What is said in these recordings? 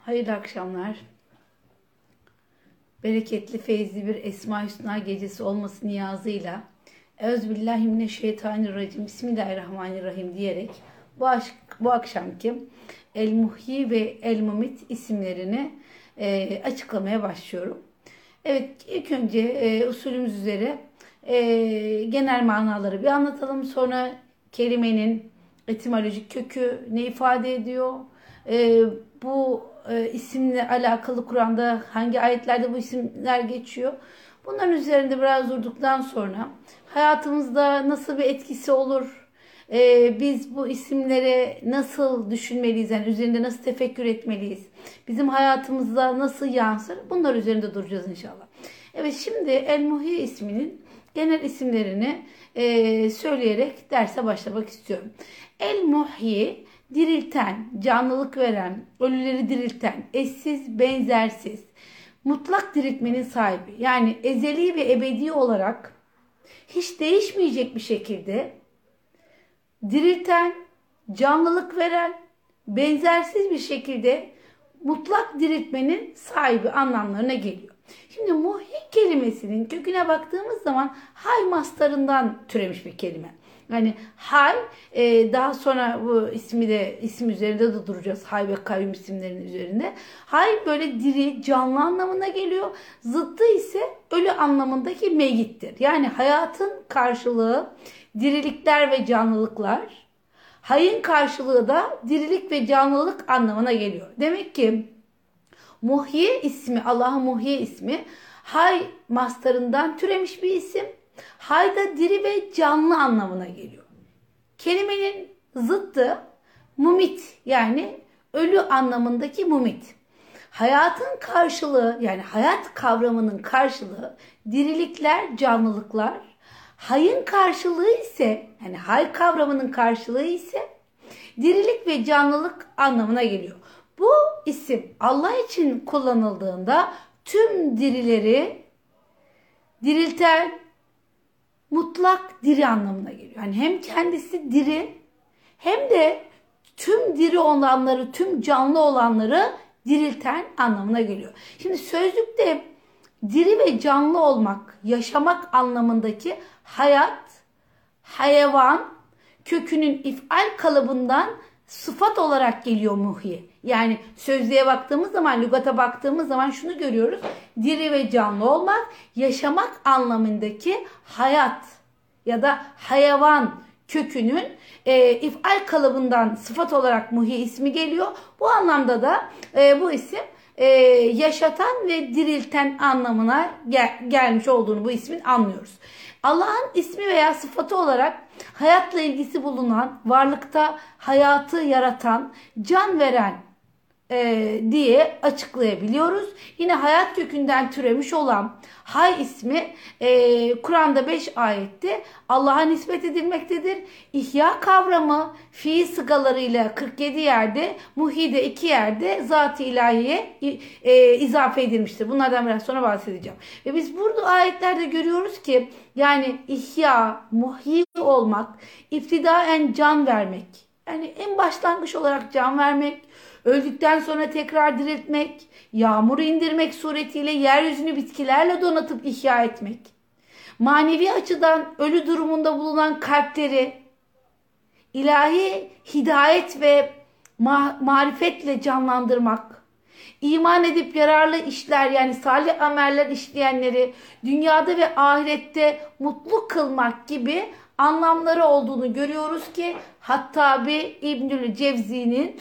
Hayırlı akşamlar. Bereketli, feyizli bir Esma-i Hüsna gecesi olması niyazıyla Euzubillahimineşşeytanirracim Bismillahirrahmanirrahim diyerek bu akşamki El Muhyi ve El Mumit isimlerini açıklamaya başlıyorum. Evet, ilk önce usulümüz üzere genel manaları bir anlatalım. Sonra kelimenin etimolojik kökü ne ifade ediyor? Bu isimle alakalı Kur'an'da hangi ayetlerde bu isimler geçiyor? Bunların üzerinde biraz durduktan sonra hayatımızda nasıl bir etkisi olur? Biz bu isimlere nasıl düşünmeliyiz? Yani üzerinde nasıl tefekkür etmeliyiz? Bizim hayatımızda nasıl yansır? Bunlar üzerinde duracağız inşallah. Evet, şimdi El Muhyi isminin genel isimlerini söyleyerek derse başlamak istiyorum. El Muhyi, dirilten, canlılık veren, ölüleri dirilten, eşsiz, benzersiz, mutlak diriltmenin sahibi. Yani ezeli ve ebedi olarak hiç değişmeyecek bir şekilde dirilten, canlılık veren, benzersiz bir şekilde mutlak diriltmenin sahibi anlamlarına geliyor. Şimdi muhyi kelimesinin köküne baktığımız zaman hay mastarından türemiş bir kelime. Yani hay, daha sonra bu isim üzerinde de duracağız. Hay ve kayyum isimlerinin üzerinde. Hay böyle diri, canlı anlamına geliyor. Zıttı ise ölü anlamındaki meyyittir. Yani hayatın karşılığı dirilikler ve canlılıklar. Hayın karşılığı da dirilik ve canlılık anlamına geliyor. Demek ki Muhyi ismi, Allah'ın Muhyi ismi hay mastarından türemiş bir isim. Hay da diri ve canlı anlamına geliyor. Kelimenin zıttı mumit, yani ölü anlamındaki mumit. Hayatın karşılığı, yani hayat kavramının karşılığı dirilikler, canlılıklar. Hayın karşılığı ise, yani hay kavramının karşılığı ise dirilik ve canlılık anlamına geliyor. Bu isim Allah için kullanıldığında tüm dirileri dirilten, mutlak diri anlamına geliyor. Yani hem kendisi diri hem de tüm diri olanları, tüm canlı olanları dirilten anlamına geliyor. Şimdi sözlükte diri ve canlı olmak, yaşamak anlamındaki hayat, hayvan kökünün if'al kalıbından sıfat olarak geliyor muhyi. Yani sözlüğe baktığımız zaman, lügata baktığımız zaman şunu görüyoruz. Diri ve canlı olmak, yaşamak anlamındaki hayat ya da hayvan kökünün if'al kalıbından sıfat olarak muhyi ismi geliyor. Bu anlamda da bu isim yaşatan ve dirilten anlamına gelmiş olduğunu bu ismin anlıyoruz. Allah'ın ismi veya sıfatı olarak hayatla ilgisi bulunan, varlıkta hayatı yaratan, can veren diye açıklayabiliyoruz. Yine hayat kökünden türemiş olan hay ismi Kur'an'da 5 ayette Allah'a nispet edilmektedir. İhya kavramı fiil sıgalarıyla 47 yerde, muhide 2 yerde zat-ı ilahiye izafe edilmiştir. Bunlardan biraz sonra bahsedeceğim. Ve biz burada ayetlerde görüyoruz ki yani ihya, muhyi olmak, iptidaen can vermek. Yani en başlangıç olarak can vermek, öldükten sonra tekrar diriltmek, yağmuru indirmek suretiyle yeryüzünü bitkilerle donatıp ihya etmek, manevi açıdan ölü durumunda bulunan kalpleri ilahi hidayet ve marifetle canlandırmak, iman edip yararlı işler, yani salih ameller işleyenleri dünyada ve ahirette mutlu kılmak gibi anlamları olduğunu görüyoruz ki Hattabi İbnül Cevzi'nin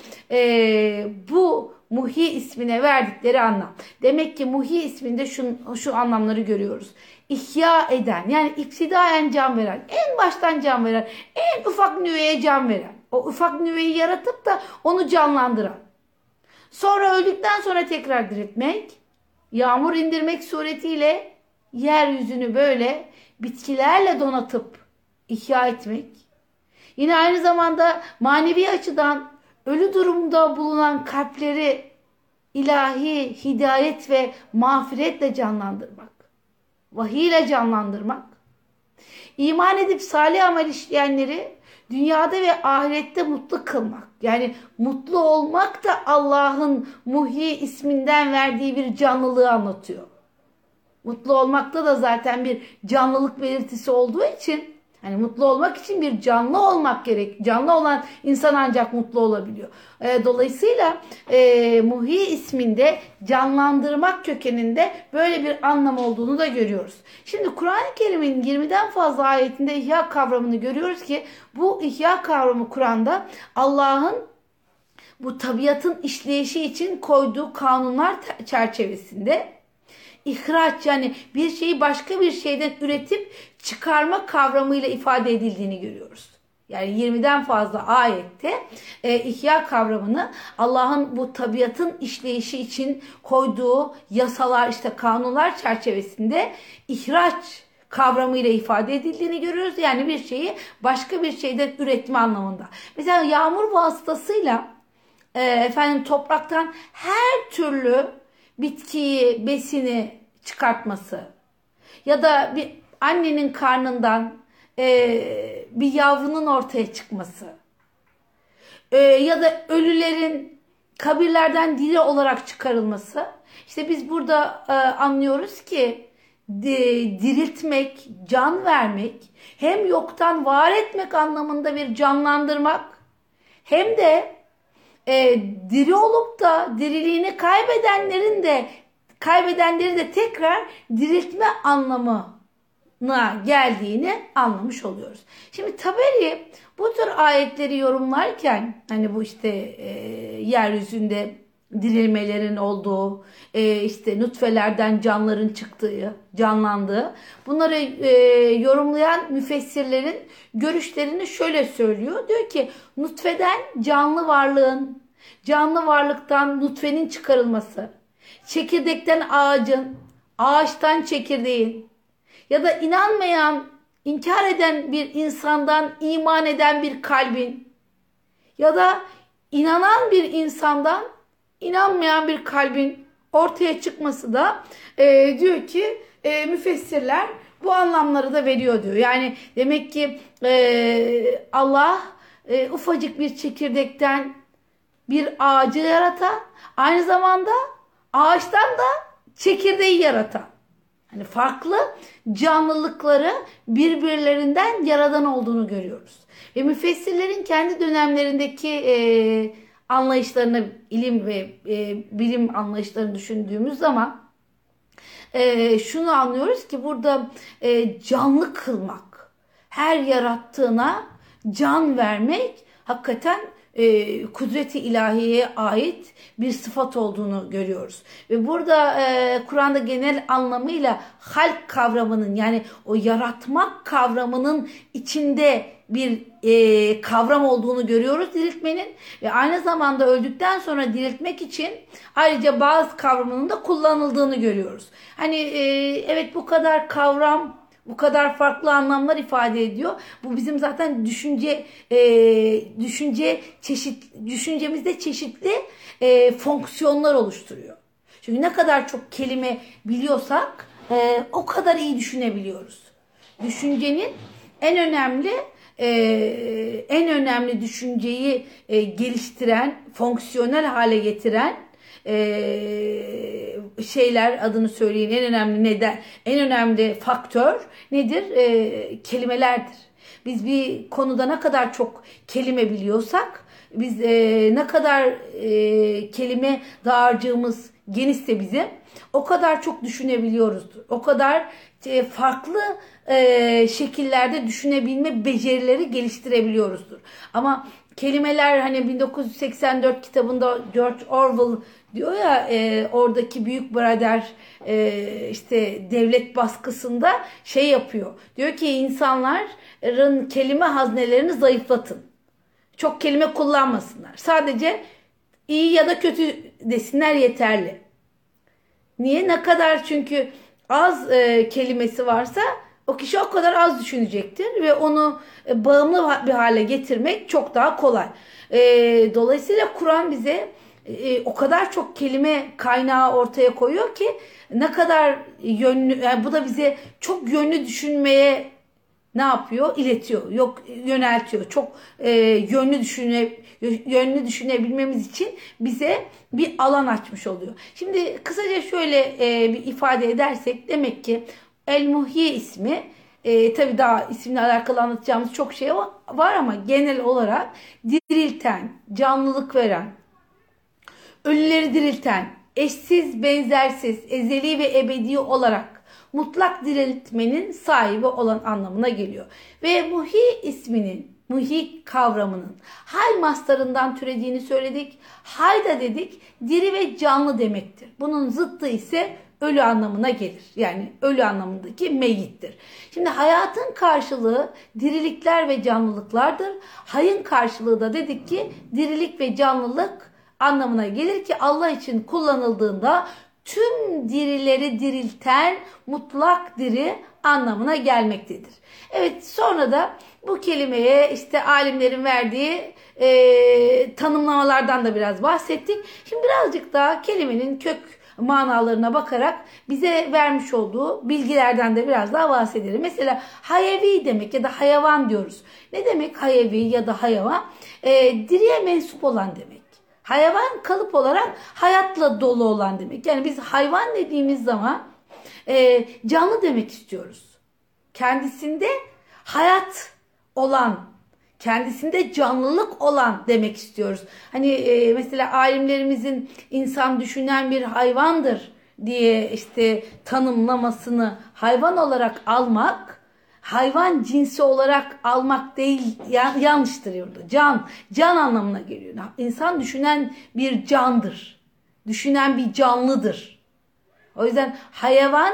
bu Muhyi ismine verdikleri anlam. Demek ki Muhyi isminde şu anlamları görüyoruz. İhya eden, yani iptidaen can veren, en baştan can veren, en ufak nüveye can veren. O ufak nüveyi yaratıp da onu canlandıran. Sonra öldükten sonra tekrar diriltmek, yağmur indirmek suretiyle yeryüzünü böyle bitkilerle donatıp ihya etmek. Yine aynı zamanda manevi açıdan ölü durumda bulunan kalpleri ilahi hidayet ve mağfiretle canlandırmak. Vahiy ile canlandırmak. İman edip salih amel işleyenleri dünyada ve ahirette mutlu kılmak. Yani mutlu olmak da Allah'ın Muhyi isminden verdiği bir canlılığı anlatıyor. Mutlu olmakta da zaten bir canlılık belirtisi olduğu için, hani mutlu olmak için bir canlı olmak gerek. Canlı olan insan ancak mutlu olabiliyor. Dolayısıyla Muhyi isminde canlandırmak kökeninde böyle bir anlam olduğunu da görüyoruz. Şimdi Kur'an-ı Kerim'in 20'den fazla ayetinde ihya kavramını görüyoruz ki bu ihya kavramı Kur'an'da Allah'ın bu tabiatın işleyişi için koyduğu kanunlar çerçevesinde İhraç, yani bir şeyi başka bir şeyden üretip çıkarma kavramıyla ifade edildiğini görüyoruz. Yani 20'den fazla ayette ihya kavramını Allah'ın bu tabiatın işleyişi için koyduğu yasalar, işte kanunlar çerçevesinde ihraç kavramıyla ifade edildiğini görüyoruz. Yani bir şeyi başka bir şeyden üretme anlamında. Mesela yağmur vasıtasıyla topraktan her türlü bitkiyi, besini çıkartması ya da bir annenin karnından bir yavrunun ortaya çıkması ya da ölülerin kabirlerden diri olarak çıkarılması. İşte biz burada anlıyoruz ki diriltmek, can vermek, hem yoktan var etmek anlamında bir canlandırmak, hem de diri olup da diriliğini kaybedenleri de tekrar diriltme anlamına geldiğini anlamış oluyoruz. Şimdi Taberi bu tür ayetleri yorumlarken, hani bu işte yeryüzünde dirilmelerin olduğu, işte nutfelerden canların çıktığı, canlandığı, bunları yorumlayan müfessirlerin görüşlerini şöyle söylüyor. Diyor ki nutfeden canlı varlıktan nutfenin çıkarılması, çekirdekten ağacın, ağaçtan çekirdeğin ya da inkar eden bir insandan iman eden bir kalbin ya da inanan bir insandan inanmayan bir kalbin ortaya çıkması da diyor ki müfessirler bu anlamları da veriyor diyor. Yani demek ki Allah ufacık bir çekirdekten bir ağacı yaratan, aynı zamanda ağaçtan da çekirdeği yaratan, hani farklı canlılıkları birbirlerinden yaradan olduğunu görüyoruz. Ve müfessirlerin kendi dönemlerindeki anlayışlarını, ilim ve bilim anlayışlarını düşündüğümüz zaman şunu anlıyoruz ki burada canlı kılmak, her yarattığına can vermek hakikaten kudret-i ilahiyeye ait bir sıfat olduğunu görüyoruz. Ve burada Kur'an'da genel anlamıyla halk kavramının, yani o yaratmak kavramının içinde bir kavram olduğunu görüyoruz diriltmenin. Ve aynı zamanda öldükten sonra diriltmek için ayrıca bazı kavramının da kullanıldığını görüyoruz. Hani evet, bu kadar kavram, bu kadar farklı anlamlar ifade ediyor. Bu bizim zaten düşüncemizde çeşitli fonksiyonlar oluşturuyor. Çünkü ne kadar çok kelime biliyorsak o kadar iyi düşünebiliyoruz. Düşüncenin en önemli düşünceyi geliştiren, fonksiyonel hale getiren şeyler, adını söyleyin, en önemli faktör nedir? Kelimelerdir. Biz bir konuda ne kadar çok kelime biliyorsak, biz ne kadar kelime dağarcığımız genişse bizim, o kadar çok düşünebiliyoruzdur. O kadar farklı şekillerde düşünebilme becerileri geliştirebiliyoruzdur. Ama kelimeler, hani 1984 kitabında George Orwell diyor ya, oradaki büyük birader işte devlet baskısında şey yapıyor. Diyor ki insanların kelime haznelerini zayıflatın. Çok kelime kullanmasınlar. Sadece iyi ya da kötü desinler, yeterli. Niye? Ne kadar çünkü az kelimesi varsa o kişi o kadar az düşünecektir ve onu bağımlı bir hale getirmek çok daha kolay. Dolayısıyla Kur'an bize o kadar çok kelime kaynağı ortaya koyuyor ki ne kadar yönlü, yani bu da bize çok yönlü düşünmeye ne yapıyor? İletiyor, yok yöneltiyor. Çok yönlü düşünebilmemiz için bize bir alan açmış oluyor. Şimdi kısaca şöyle bir ifade edersek, demek ki El Muhyi ismi, tabii daha isimle alakalı anlatacağımız çok şey var ama genel olarak dirilten, canlılık veren, ölüleri dirilten, eşsiz, benzersiz, ezeli ve ebedi olarak mutlak diriltmenin sahibi olan anlamına geliyor. Ve Muhyi isminin, Muhyi kavramının hay mastarından türediğini söyledik. Hay da dedik diri ve canlı demektir. Bunun zıttı ise ölü anlamına gelir. Yani ölü anlamındaki meyyittir. Şimdi hayatın karşılığı dirilikler ve canlılıklardır. Hayın karşılığı da dedik ki dirilik ve canlılık anlamına gelir ki Allah için kullanıldığında tüm dirileri dirilten mutlak diri anlamına gelmektedir. Evet, sonra da bu kelimeye işte alimlerin verdiği tanımlamalardan da biraz bahsettik. Şimdi birazcık daha kelimenin kök manalarına bakarak bize vermiş olduğu bilgilerden de biraz daha bahsedelim. Mesela hayevi demek ya da hayvan diyoruz. Ne demek hayevi ya da hayvan? Diriye mensup olan demek. Hayvan kalıp olarak hayatla dolu olan demek. Yani biz hayvan dediğimiz zaman canlı demek istiyoruz. Kendisinde hayat olan, kendisinde canlılık olan demek istiyoruz. Hani mesela alimlerimizin insan düşünen bir hayvandır diye işte tanımlamasını hayvan olarak almak, hayvan cinsi olarak almak değil, yanlıştır orada. Can anlamına geliyor. İnsan düşünen bir candır. Düşünen bir canlıdır. O yüzden hayvan,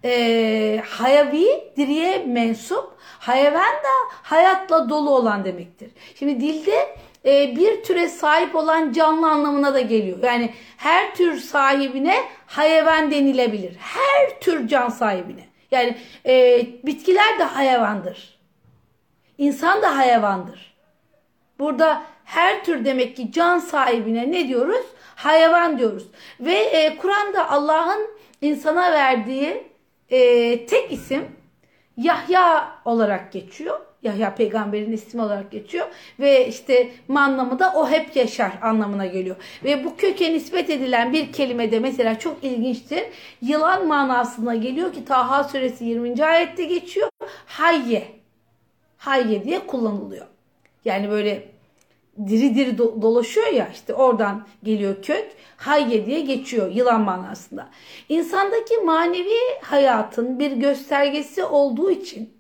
hayavi, diriye mensup, hayvan da hayatla dolu olan demektir. Şimdi dilde bir türe sahip olan canlı anlamına da geliyor. Yani her tür sahibine hayvan denilebilir. Her tür can sahibine. Yani bitkiler de hayvandır. İnsan da hayvandır. Burada her tür demek ki can sahibine ne diyoruz? Hayvan diyoruz. Ve Kur'an'da Allah'ın insana verdiği tek isim Yahya olarak geçiyor. Yahya peygamberin ismi olarak geçiyor. Ve işte anlamı da o hep yaşar anlamına geliyor. Ve bu köke nispet edilen bir kelime de mesela çok ilginçtir. Yılan manasına geliyor ki Taha suresi 20. ayette geçiyor. Hayye. Hayye diye kullanılıyor. Yani böyle diri diri dolaşıyor ya, işte oradan geliyor kök. Hayye diye geçiyor yılan manasında. İnsandaki manevi hayatın bir göstergesi olduğu için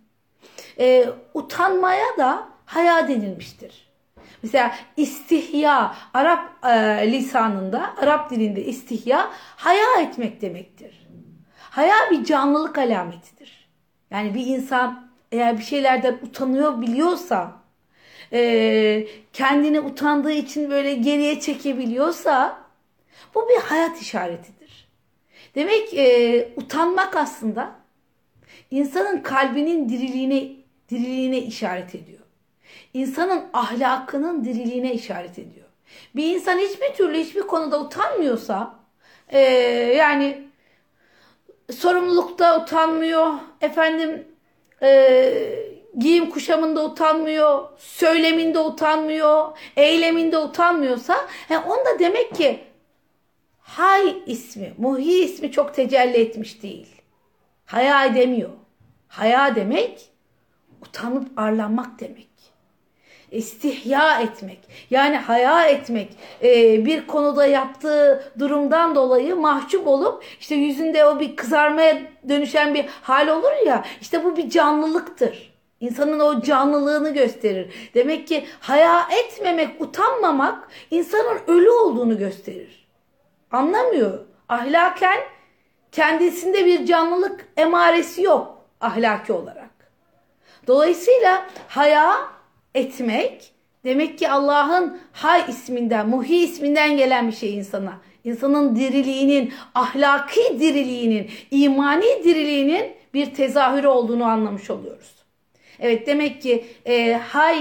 utanmaya da haya denilmiştir. Mesela istihya, Arap lisanında, Arap dilinde istihya haya etmek demektir. Haya bir canlılık alametidir. Yani bir insan eğer bir şeylerden utanıyor biliyorsa, kendini utandığı için böyle geriye çekebiliyorsa bu bir hayat işaretidir. Demek utanmak aslında insanın kalbinin diriliğine işaret ediyor. İnsanın ahlakının diriliğine işaret ediyor. Bir insan hiçbir konuda utanmıyorsa, yani sorumlulukta utanmıyor, giyim kuşamında utanmıyor, söyleminde utanmıyor, eyleminde utanmıyorsa, onda demek ki hay ismi, muhyi ismi çok tecelli etmiş değil. Haya edemiyor. Haya demek utanıp arlanmak demek. İstihya etmek, yani haya etmek, bir konuda yaptığı durumdan dolayı mahcup olup işte yüzünde o bir kızarmaya dönüşen bir hal olur ya, işte bu bir canlılıktır. İnsanın o canlılığını gösterir. Demek ki haya etmemek, utanmamak insanın ölü olduğunu gösterir. Anlamıyor. Ahlaken kendisinde bir canlılık emaresi yok ahlaki olarak. Dolayısıyla haya etmek demek ki Allah'ın hay isminden, muhyi isminden gelen bir şey insana. İnsanın diriliğinin, ahlaki diriliğinin, imani diriliğinin bir tezahürü olduğunu anlamış oluyoruz. Evet, demek ki hay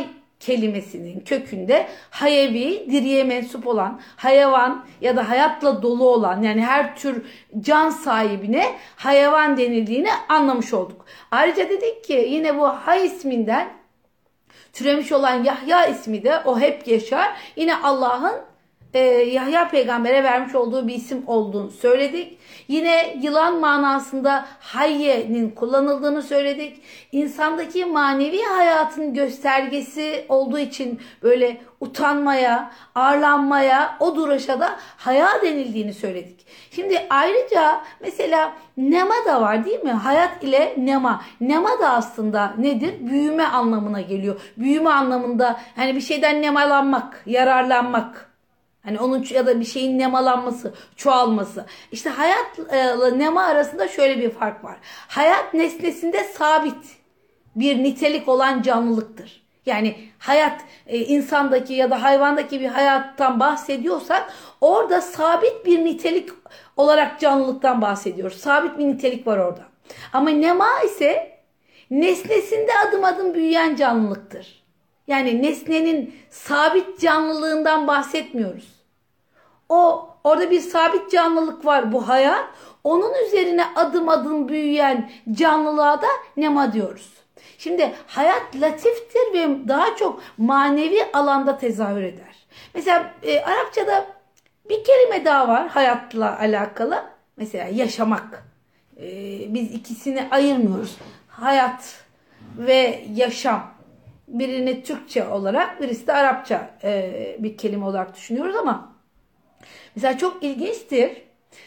kelimesinin kökünde hayevi, diriye mensup olan, hayvan ya da hayatla dolu olan, yani her tür can sahibine hayvan denildiğini anlamış olduk. Ayrıca dedik ki yine bu Hay isminden türemiş olan Yahya ismi de, o hep yaşar, yine Allah'ın Yahya peygambere vermiş olduğu bir isim olduğunu söyledik. Yine yılan manasında hayye'nin kullanıldığını söyledik. İnsandaki manevi hayatın göstergesi olduğu için böyle utanmaya, arlanmaya, o duruşa da haya denildiğini söyledik. Şimdi ayrıca mesela nema da var değil mi? Hayat ile nema. Nema da aslında nedir? Büyüme anlamına geliyor. Büyüme anlamında, hani bir şeyden nemalanmak, yararlanmak. Hani onun ya da bir şeyin nemalanması, çoğalması. İşte hayatla nema arasında şöyle bir fark var. Hayat nesnesinde sabit bir nitelik olan canlılıktır. Yani hayat insandaki ya da hayvandaki bir hayattan bahsediyorsak orada sabit bir nitelik olarak canlılıktan bahsediyoruz. Sabit bir nitelik var orada. Ama nema ise nesnesinde adım adım büyüyen canlılıktır. Yani nesnenin sabit canlılığından bahsetmiyoruz. Orada bir sabit canlılık var, bu hayat. Onun üzerine adım adım büyüyen canlılığa da nema diyoruz. Şimdi hayat latiftir ve daha çok manevi alanda tezahür eder. Mesela Arapçada bir kelime daha var hayatla alakalı. Mesela yaşamak. Biz ikisini ayırmıyoruz. Hayat ve yaşam. Birini Türkçe olarak, birisi de Arapça bir kelime olarak düşünüyoruz ama mesela çok ilginçtir.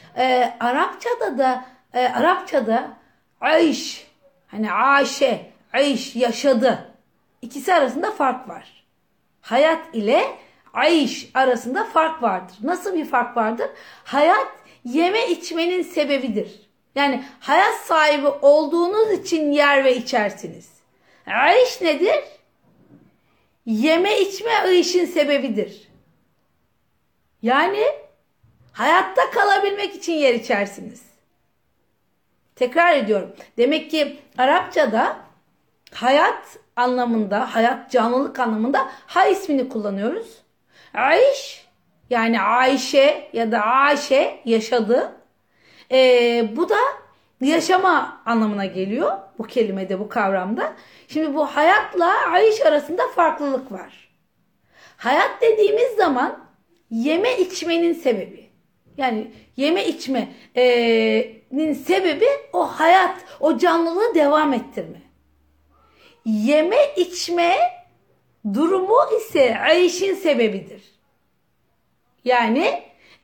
Arapçada ayş, hani aşe, ayş, yaşadı. İkisi arasında fark var. Hayat ile ayş arasında fark vardır. Nasıl bir fark vardır? Hayat yeme içmenin sebebidir. Yani hayat sahibi olduğunuz için yer ve içersiniz. Ayş nedir? Yeme içme ayşın sebebidir. Yani hayatta kalabilmek için yer içersiniz. Tekrar ediyorum. Demek ki Arapçada hayat anlamında, hayat canlılık anlamında hay ismini kullanıyoruz. Ayş, yani Ayşe ya da Aşe, yaşadı. Bu da yaşama anlamına geliyor bu kelimede, bu kavramda. Şimdi bu hayatla ayş arasında farklılık var. Hayat dediğimiz zaman yeme içmenin sebebi. Yani yeme içmenin sebebi o hayat, o canlılığı devam ettirme. Yeme içme durumu ise ayşin sebebidir. Yani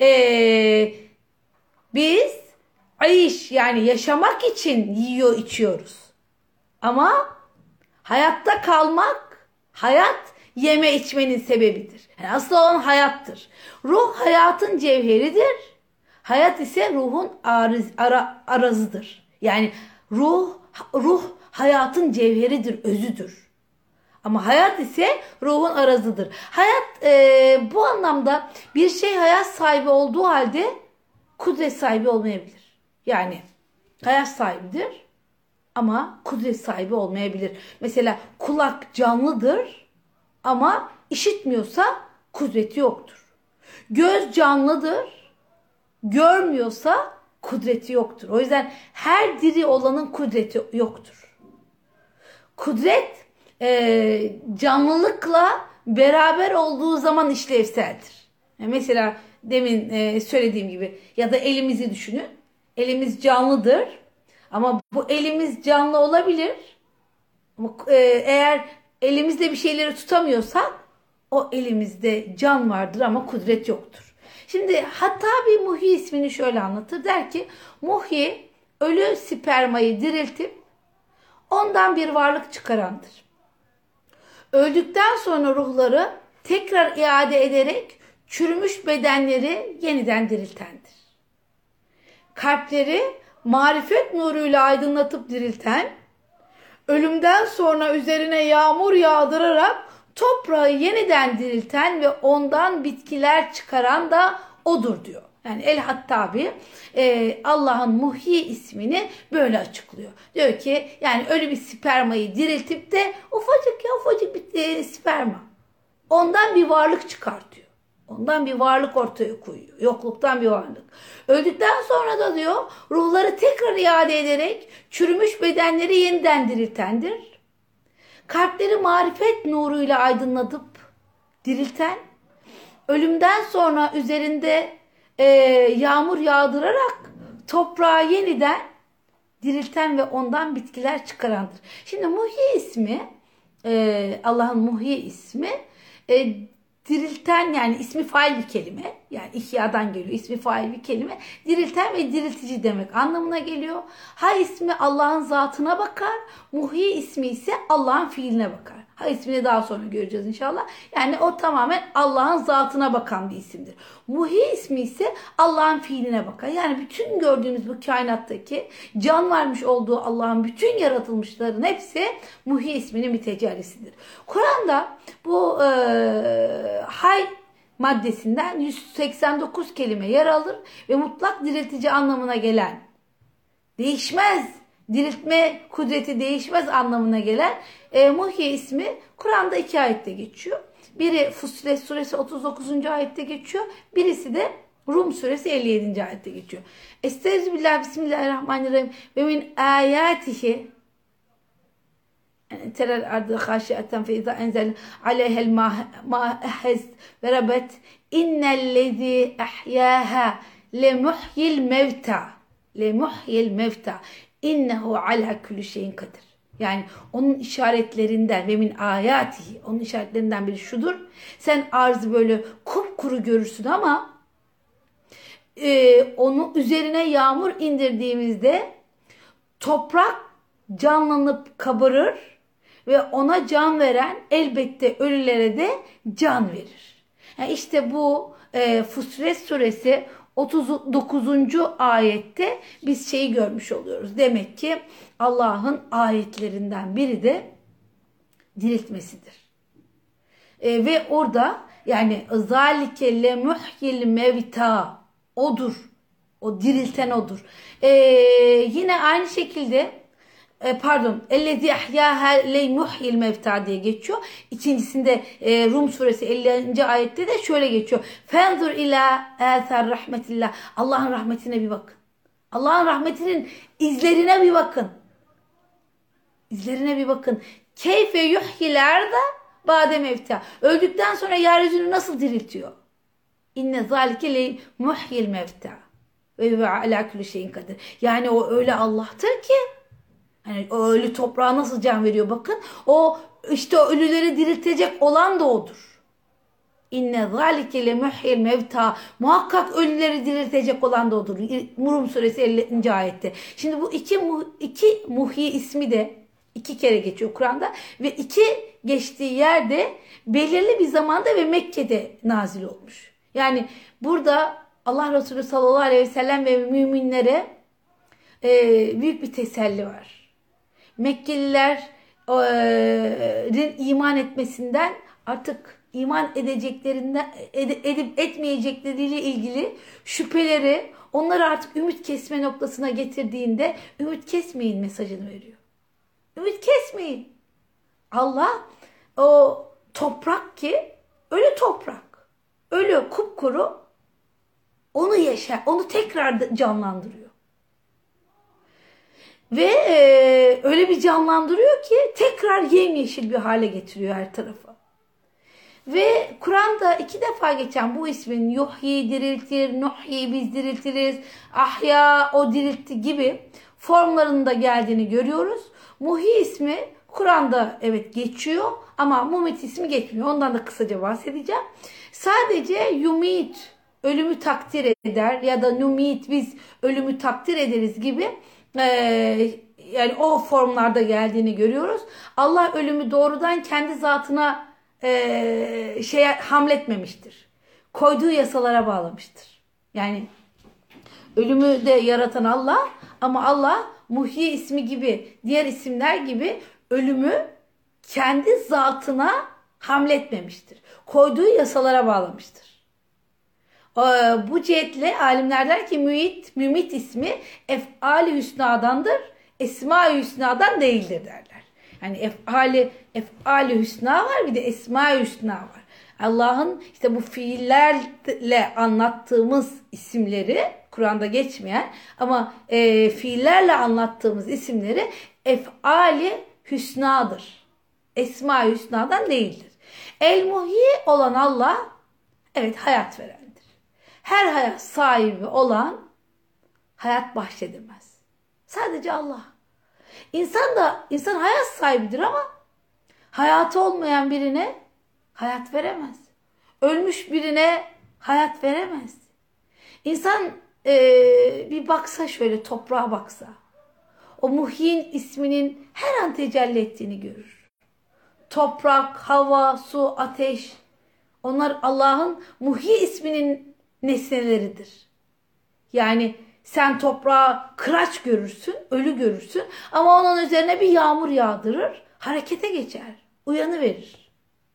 biz ayş, yani yaşamak için yiyor içiyoruz. Ama hayatta kalmak, hayat yeme içmenin sebebidir. Yani asıl olan hayattır. Ruh hayatın cevheridir. Hayat ise ruhun arazıdır. Yani ruh hayatın cevheridir, özüdür. Ama hayat ise ruhun arazıdır. Hayat bu anlamda bir şey hayat sahibi olduğu halde kudret sahibi olmayabilir. Yani hayat sahibidir ama kudret sahibi olmayabilir. Mesela kulak canlıdır ama işitmiyorsa kudreti yoktur. Göz canlıdır, görmüyorsa kudreti yoktur. O yüzden her diri olanın kudreti yoktur. Kudret canlılıkla beraber olduğu zaman işlevseldir. Yani mesela demin söylediğim gibi, ya da elimizi düşünün. Elimiz canlıdır ama bu elimiz canlı olabilir. Ama eğer elimizde bir şeyleri tutamıyorsak o elimizde can vardır ama kudret yoktur. Şimdi Hattabi Muhyi ismini şöyle anlatır. Der ki Muhyi ölü spermayı diriltip ondan bir varlık çıkarandır. Öldükten sonra ruhları tekrar iade ederek çürümüş bedenleri yeniden diriltendir. Kalpleri marifet nuruyla aydınlatıp dirilten, ölümden sonra üzerine yağmur yağdırarak toprağı yeniden dirilten ve ondan bitkiler çıkaran da odur diyor. Yani El-Hattabi Allah'ın Muhyi ismini böyle açıklıyor. Diyor ki yani ölü bir spermayı diriltip de ufacık bir sperma. Ondan bir varlık çıkartıyor. Ondan bir varlık ortaya koyuyor. Yokluktan bir varlık. Öldükten sonra da diyor ruhları tekrar iade ederek çürümüş bedenleri yeniden diriltendir. Kalpleri marifet nuruyla aydınlatıp dirilten, ölümden sonra üzerinde yağmur yağdırarak toprağı yeniden dirilten ve ondan bitkiler çıkarandır. Şimdi Muhyi ismi, Allah'ın Muhyi ismi dirilten, yani ismi fail bir kelime. Yani ihyadan geliyor. İsmi fail bir kelime. Dirilten ve diriltici demek anlamına geliyor. Ha ismi Allah'ın zatına bakar. Muhyi ismi ise Allah'ın fiiline bakar. Ha ismini daha sonra göreceğiz inşallah. Yani o tamamen Allah'ın zatına bakan bir isimdir. Muhyi ismi ise Allah'ın fiiline bakar. Yani bütün gördüğümüz bu kainattaki can vermiş olduğu Allah'ın bütün yaratılmışların hepsi Muhyi isminin bir tecellisidir. Kur'an'da bu hay maddesinden 189 kelime yer alır ve mutlak diriltici anlamına gelen, değişmez, diriltme kudreti değişmez anlamına gelen Muhyi ismi Kur'an'da 2 ayette geçiyor. Biri Fussilet suresi 39. ayette geçiyor. Birisi de Rum suresi 57. ayette geçiyor. Estağfirullah, bismillahirrahmanirrahim. Ve min ayatihi terel ardı haşiyeten fe izâ enzel aleyhel mâ'ehez ve rabet innellezî ehyâhâ lemuhyil mevta innehu ala kulli şeyin kadir. Yani onun işaretlerinden ve min ayatihi, onun işaretlerinden biri şudur. Sen arzı böyle kupkuru görürsün ama onun üzerine yağmur indirdiğimizde toprak canlanıp kabarır ve ona can veren elbette ölülere de can verir. Yani işte bu Fussilet suresi 39. ayette biz şeyi görmüş oluyoruz. Demek ki Allah'ın ayetlerinden biri de diriltmesidir. Ve orada yani zalike le muhyil mevta, odur. O dirilten odur. Yine aynı şekilde ellezî ahyâhâ le muhyil mevta diye geçiyor. İkincisinde Rum suresi 50. ayette de şöyle geçiyor. Fenzur ila âthar rahmetillah. Allah'ın rahmetine bir bakın. Allah'ın rahmetinin izlerine bir bakın. İzlerine bir bakın. Keyfe yuhyil arda ba'de mevta. Öldükten sonra yeryüzünü nasıl diriltiyor? İnne zâlike le muhyil mevta. Ve ala kulli şeyin kadir. Yani o öyle Allah'tır ki, hani o ölü toprağa nasıl can veriyor bakın. O işte o ölüleri diriltecek olan da odur. İnne zâlike le muhyil mevta. Muhakkak ölüleri diriltecek olan da odur. Rum suresi 50. ayette. Şimdi bu iki muhyi ismi de 2 kere geçiyor Kur'an'da ve 2 geçtiği yerde belirli bir zamanda ve Mekke'de nazil olmuş. Yani burada Allah Resulü sallallahu aleyhi ve sellem ve müminlere büyük bir teselli var. Mekkelilerin iman etmesinden, artık iman edeceklerinden edip etmeyecekleriyle ilgili şüpheleri onları artık ümit kesme noktasına getirdiğinde ümit kesmeyin mesajını veriyor. Ümit kesmeyin. Allah o toprak ki ölü toprak, ölü kupkuru, onu yaşar, onu tekrar canlandırıyor. Ve öyle bir canlandırıyor ki tekrar yemyeşil bir hale getiriyor her tarafı. Ve Kur'an'da 2 defa geçen bu ismin yuhyi diriltir, nuhyi biz diriltiriz, ahya o diriltti gibi formlarında geldiğini görüyoruz. Muhyi ismi Kur'an'da evet geçiyor ama mumit ismi geçmiyor. Ondan da kısaca bahsedeceğim. Sadece yumit, ölümü takdir eder ya da numit, biz ölümü takdir ederiz gibi yani o formlarda geldiğini görüyoruz. Allah ölümü doğrudan kendi zatına hamletmemiştir. Koyduğu yasalara bağlamıştır. Yani ölümü de yaratan Allah, ama Allah Muhyi ismi gibi, diğer isimler gibi ölümü kendi zatına hamletmemiştir. Koyduğu yasalara bağlamıştır. Bu cihetle alimler der ki mümit ismi ef'ali hüsnadandır. Esma-i hüsnadan değildir derler. Yani ef'ali hüsna var, bir de esma-i hüsna var. Allah'ın işte bu fiillerle anlattığımız isimleri, Kur'an'da geçmeyen ama fiillerle anlattığımız isimleri ef'ali hüsnadır. Esma-i hüsnadan değildir. El-Muhyi olan Allah, evet, hayat verendir. Her hayat sahibi olan hayat bahşedemez. Sadece Allah. İnsan hayat sahibidir ama hayatı olmayan birine hayat veremez. Ölmüş birine hayat veremez. İnsan bir baksa, şöyle toprağa baksa, o Muhyin isminin her an tecelli ettiğini görür. Toprak, hava, su, ateş, onlar Allah'ın Muhyi isminin nesneleridir. Yani sen toprağa kıraç görürsün, ölü görürsün ama onun üzerine bir yağmur yağdırır, harekete geçer, uyanıverir.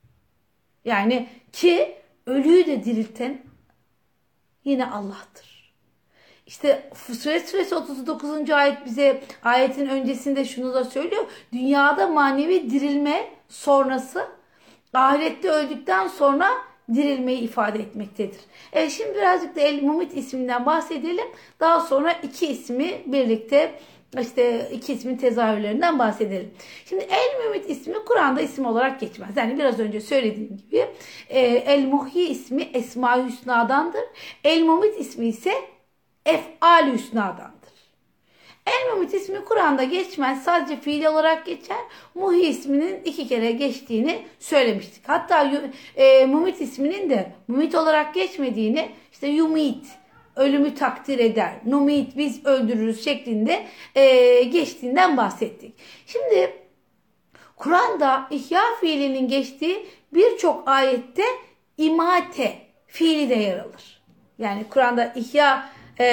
Yani ki ölüyü de dirilten yine Allah'tır. İşte Fussilet Suresi 39. ayet bize ayetin öncesinde şunu da söylüyor. Dünyada manevi dirilme sonrası, ahirette öldükten sonra dirilmeyi ifade etmektedir. Evet, şimdi birazcık da El-Mumit isminden bahsedelim. Daha sonra iki ismi birlikte, işte iki ismin tezahürlerinden bahsedelim. Şimdi El-Mumit ismi Kur'an'da isim olarak geçmez. Yani biraz önce söylediğim gibi El-Muhyi ismi Esma-i Hüsna'dandır. El-Mumit ismi ise Ef'al-i Hüsna'dandır. El-Mumit ismi Kur'an'da geçmez. Sadece fiil olarak geçer. Muhyi isminin 2 kere geçtiğini söylemiştik. Hatta Mumit isminin de Mumit olarak geçmediğini, işte Yumit, ölümü takdir eder, Numit, biz öldürürüz şeklinde geçtiğinden bahsettik. Şimdi Kur'an'da ihya fiilinin geçtiği birçok ayette imate fiili de yer alır. Yani Kur'an'da ihya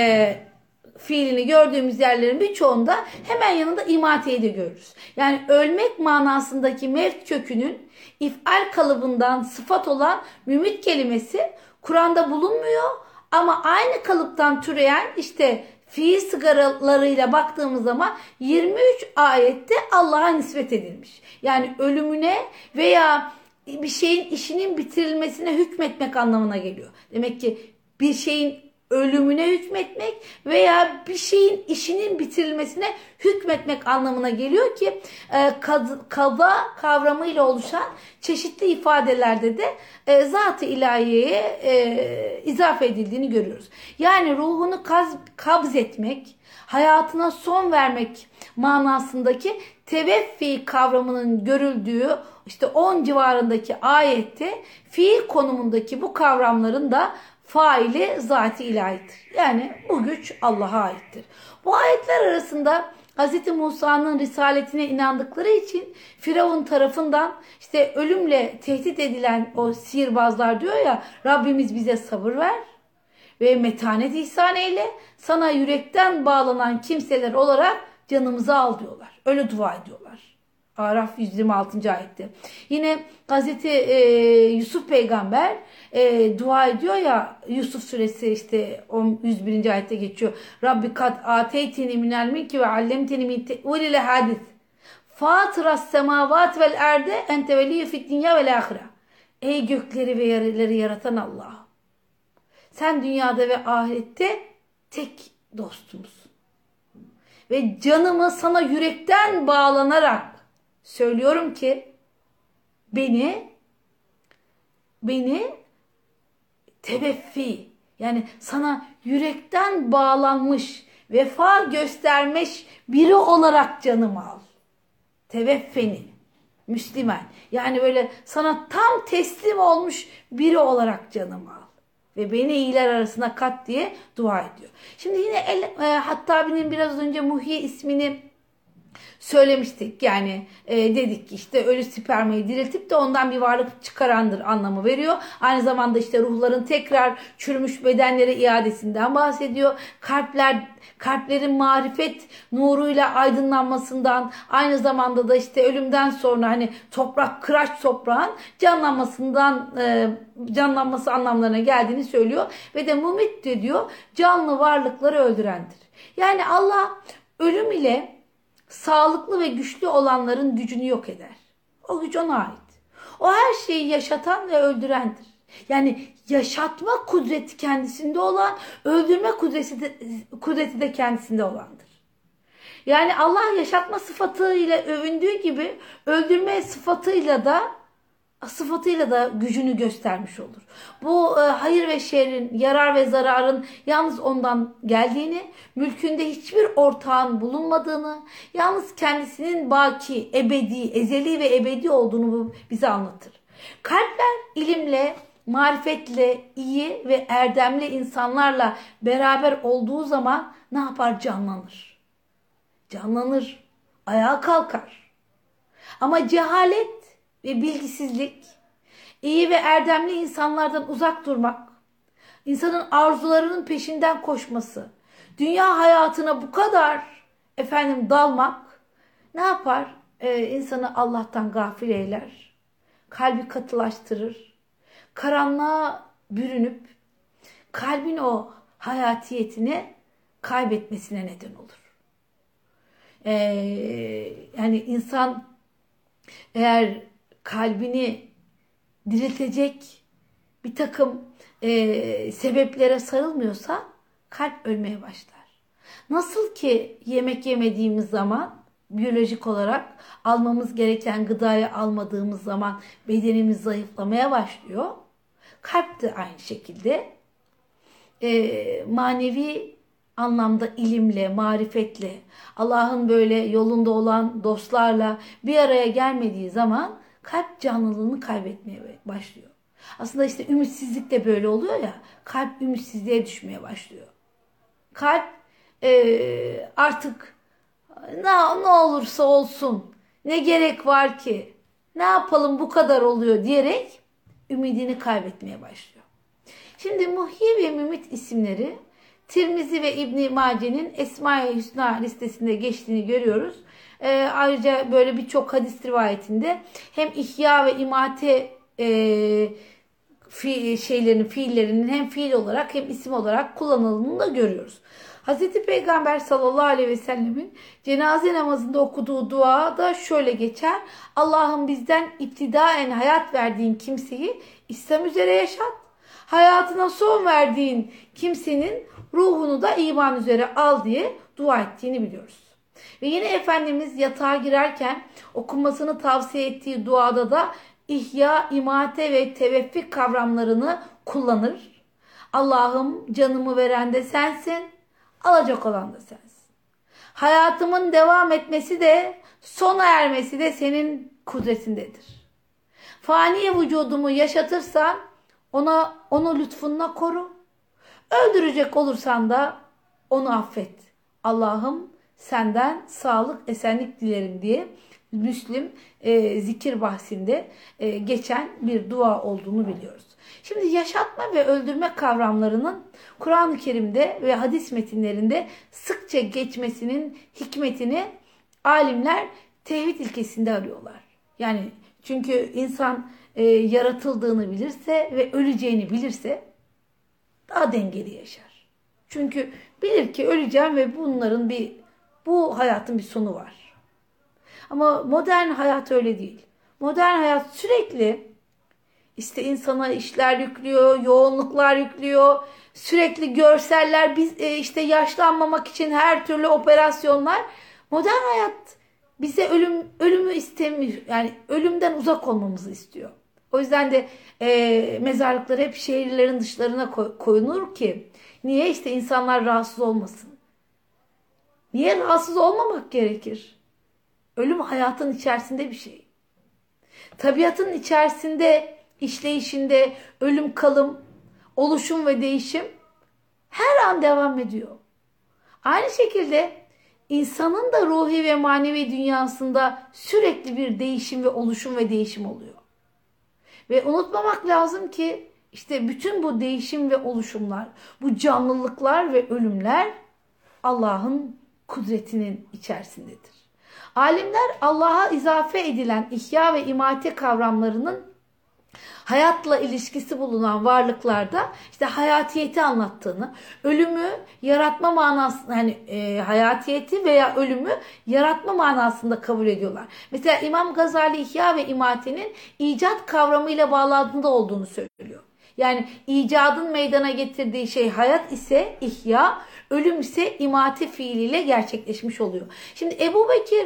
fiilini gördüğümüz yerlerin birçoğunda hemen yanında imateyi de görürüz. Yani ölmek manasındaki mevt kökünün if'al kalıbından sıfat olan mümit kelimesi Kur'an'da bulunmuyor ama aynı kalıptan türeyen işte fiil sigaralarıyla baktığımız zaman 23 ayette Allah'a nispet edilmiş. Yani ölümüne veya bir şeyin işinin bitirilmesine hükmetmek anlamına geliyor. Demek ki bir şeyin ölümüne hükmetmek veya bir şeyin işinin bitirilmesine hükmetmek anlamına geliyor ki kaza kavramıyla oluşan çeşitli ifadelerde de zat-ı ilahiyeye izafe edildiğini görüyoruz. Yani ruhunu kabz etmek, hayatına son vermek manasındaki teveffi kavramının görüldüğü işte 10 civarındaki ayette fiil konumundaki bu kavramların da faili zat-ı ilahidir. Yani bu güç Allah'a aittir. Bu ayetler arasında Hz. Musa'nın risaletine inandıkları için Firavun tarafından işte ölümle tehdit edilen o sihirbazlar diyor ya, Rabbimiz bize sabır ver ve metanet ihsan eyle, sana yürekten bağlanan kimseler olarak canımızı al diyorlar. Öyle dua ediyorlar. Araf 126. ayette. Yine Hazreti Yusuf peygamber dua ediyor ya, Yusuf suresi işte 101. ayette geçiyor. Rabbi kad ateytini minel milki ve allemteni min te'vilil hadis. Fatıras semavat vel erde ente veliyye fid dünya vel ahire. Ey gökleri ve yerleri yaratan Allah. Sen dünyada ve ahirette tek dostumuz. Ve canımı sana yürekten bağlanarak söylüyorum ki beni teveffi, yani sana yürekten bağlanmış, vefa göstermiş biri olarak canımı al. Teveffeni, Müslüman. Yani böyle sana tam teslim olmuş biri olarak canımı al. Ve beni iyiler arasına kat diye dua ediyor. Şimdi yine Hattabi'nin biraz önce Muhyi ismini söylemiştik. Yani dedik ki işte ölü spermayı diriltip de ondan bir varlık çıkarandır anlamı veriyor. Aynı zamanda işte ruhların tekrar çürümüş bedenlere iadesinden bahsediyor. Kalplerin marifet nuruyla aydınlanmasından, aynı zamanda da işte ölümden sonra hani kıraç toprağın canlanması anlamlarına geldiğini söylüyor. Ve de mumit de diyor canlı varlıkları öldürendir. Yani Allah ölüm ile sağlıklı ve güçlü olanların gücünü yok eder. O güç ona ait. O her şeyi yaşatan ve öldürendir. Yani yaşatma kudreti kendisinde olan, öldürme kudreti de kendisinde olandır. Yani Allah yaşatma sıfatıyla övündüğü gibi öldürme sıfatıyla da gücünü göstermiş olur. Bu hayır ve şerrin, yarar ve zararın yalnız ondan geldiğini, mülkünde hiçbir ortağın bulunmadığını, yalnız kendisinin baki, ebedi, ezeli ve ebedi olduğunu bize anlatır. Kalpler ilimle, marifetle, iyi ve erdemli insanlarla beraber olduğu zaman ne yapar? Canlanır. Canlanır, ayağa kalkar. Ama cehalet ve bilgisizlik, iyi ve erdemli insanlardan uzak durmak, insanın arzularının peşinden koşması, dünya hayatına bu kadar dalmak ne yapar? İnsanı Allah'tan gafil eyler, kalbi katılaştırır, karanlığa bürünüp kalbin o hayatiyetini kaybetmesine neden olur. Yani insan eğer kalbini diriltecek bir takım sebeplere sarılmıyorsa kalp ölmeye başlar. Nasıl ki yemek yemediğimiz zaman biyolojik olarak almamız gereken gıdayı almadığımız zaman bedenimiz zayıflamaya başlıyor. Kalp de aynı şekilde manevi anlamda ilimle, marifetle, Allah'ın böyle yolunda olan dostlarla bir araya gelmediği zaman kalp canlılığını kaybetmeye başlıyor. Aslında işte ümitsizlik de böyle oluyor ya, kalp ümitsizliğe düşmeye başlıyor. Kalp artık ne olursa olsun, ne gerek var ki, ne yapalım bu kadar oluyor diyerek ümidini kaybetmeye başlıyor. Şimdi Muhyi ve Mümit isimleri Tirmizi ve İbn-i Mace'nin Esma-i Hüsna listesinde geçtiğini görüyoruz. Ayrıca böyle birçok hadis rivayetinde hem ihya ve imate fiillerinin hem fiil olarak hem isim olarak kullanıldığını da görüyoruz. Hazreti Peygamber sallallahu aleyhi ve sellemin cenaze namazında okuduğu dua da şöyle geçer. Allah'ım bizden iptidaen hayat verdiğin kimseyi İslam üzere yaşat. Hayatına son verdiğin kimsenin ruhunu da iman üzere al diye dua ettiğini biliyoruz. Ve yine Efendimiz yatağa girerken okunmasını tavsiye ettiği duada da ihya, imate ve teveffik kavramlarını kullanır. Allah'ım canımı veren de sensin, alacak olan da sensin. Hayatımın devam etmesi de sona ermesi de senin kudretindedir. Fani vücudumu yaşatırsan onu lütfunla koru. Öldürecek olursan da onu affet. Allah'ım senden sağlık, esenlik dilerim diye Müslim zikir bahsinde geçen bir dua olduğunu biliyoruz. Şimdi yaşatma ve öldürme kavramlarının Kur'an-ı Kerim'de ve hadis metinlerinde sıkça geçmesinin hikmetini alimler tevhid ilkesinde arıyorlar. Yani çünkü insan yaratıldığını bilirse ve öleceğini bilirse daha dengeli yaşar. Çünkü bilir ki öleceğim ve bu hayatın bir sonu var. Ama modern hayat öyle değil. Modern hayat sürekli işte insana işler yüklüyor, yoğunluklar yüklüyor, sürekli görseller, işte yaşlanmamak için her türlü operasyonlar. Modern hayat bize ölümü istemiyor. Yani ölümden uzak olmamızı istiyor. O yüzden de mezarlıklar hep şehirlerin dışlarına koyulur ki niye? İşte insanlar rahatsız olmasın. Niye rahatsız olmamak gerekir? Ölüm hayatın içerisinde bir şey. Tabiatın içerisinde, işleyişinde ölüm, kalım, oluşum ve değişim her an devam ediyor. Aynı şekilde insanın da ruhi ve manevi dünyasında sürekli bir değişim ve oluşum ve değişim oluyor. Ve unutmamak lazım ki işte bütün bu değişim ve oluşumlar, bu canlılıklar ve ölümler Allah'ın kudretinin içerisindedir. Alimler Allah'a izafe edilen ihya ve imate kavramlarının hayatla ilişkisi bulunan varlıklarda işte hayatiyeti anlattığını, ölümü yaratma manasında, hani hayatiyeti veya ölümü yaratma manasında kabul ediyorlar. Mesela İmam Gazali ihya ve imatenin icat kavramıyla bağlantında olduğunu söylüyor. Yani icadın meydana getirdiği şey hayat ise ihya, ölüm ise imate fiiliyle gerçekleşmiş oluyor. Şimdi Ebu Bekir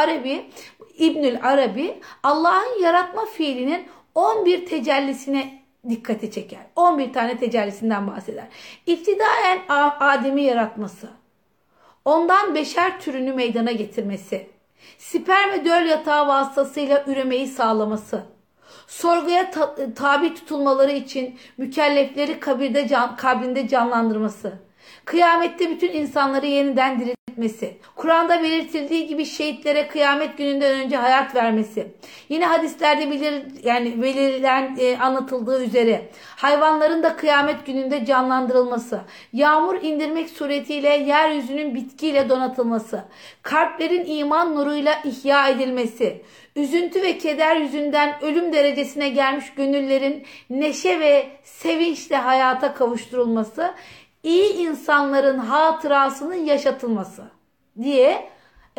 İbnül Arabi Allah'ın yaratma fiilinin 11 tecellisine dikkati çeker. 11 tane tecellisinden bahseder. İptidaen Adem'i yaratması, ondan beşer türünü meydana getirmesi, sperm ve döl yatağı vasıtasıyla üremeyi sağlaması, sorguya tabi tutulmaları için mükellefleri kabrinde canlandırması, kıyamette bütün insanları yeniden diriltmesi, Kur'an'da belirtildiği gibi şehitlere kıyamet gününden önce hayat vermesi, yine hadislerde belirtilen anlatıldığı üzere hayvanların da kıyamet gününde canlandırılması, yağmur indirmek suretiyle yeryüzünün bitkiyle donatılması, kalplerin iman nuruyla ihya edilmesi, üzüntü ve keder yüzünden ölüm derecesine gelmiş gönüllerin neşe ve sevinçle hayata kavuşturulması, iyi insanların hatırasının yaşatılması diye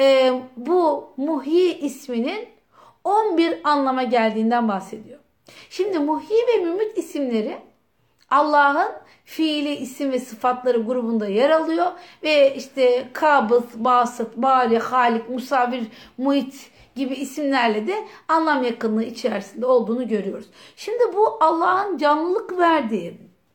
bu Muhyi isminin 11 anlama geldiğinden bahsediyor. Şimdi Muhyi ve Mümit isimleri Allah'ın fiili isim ve sıfatları grubunda yer alıyor ve işte Kabız, Basıt, Bari, Halik, Musavvir, Muhit gibi isimlerle de anlam yakınlığı içerisinde olduğunu görüyoruz. Şimdi bu Allah'ın canlılık verdiği,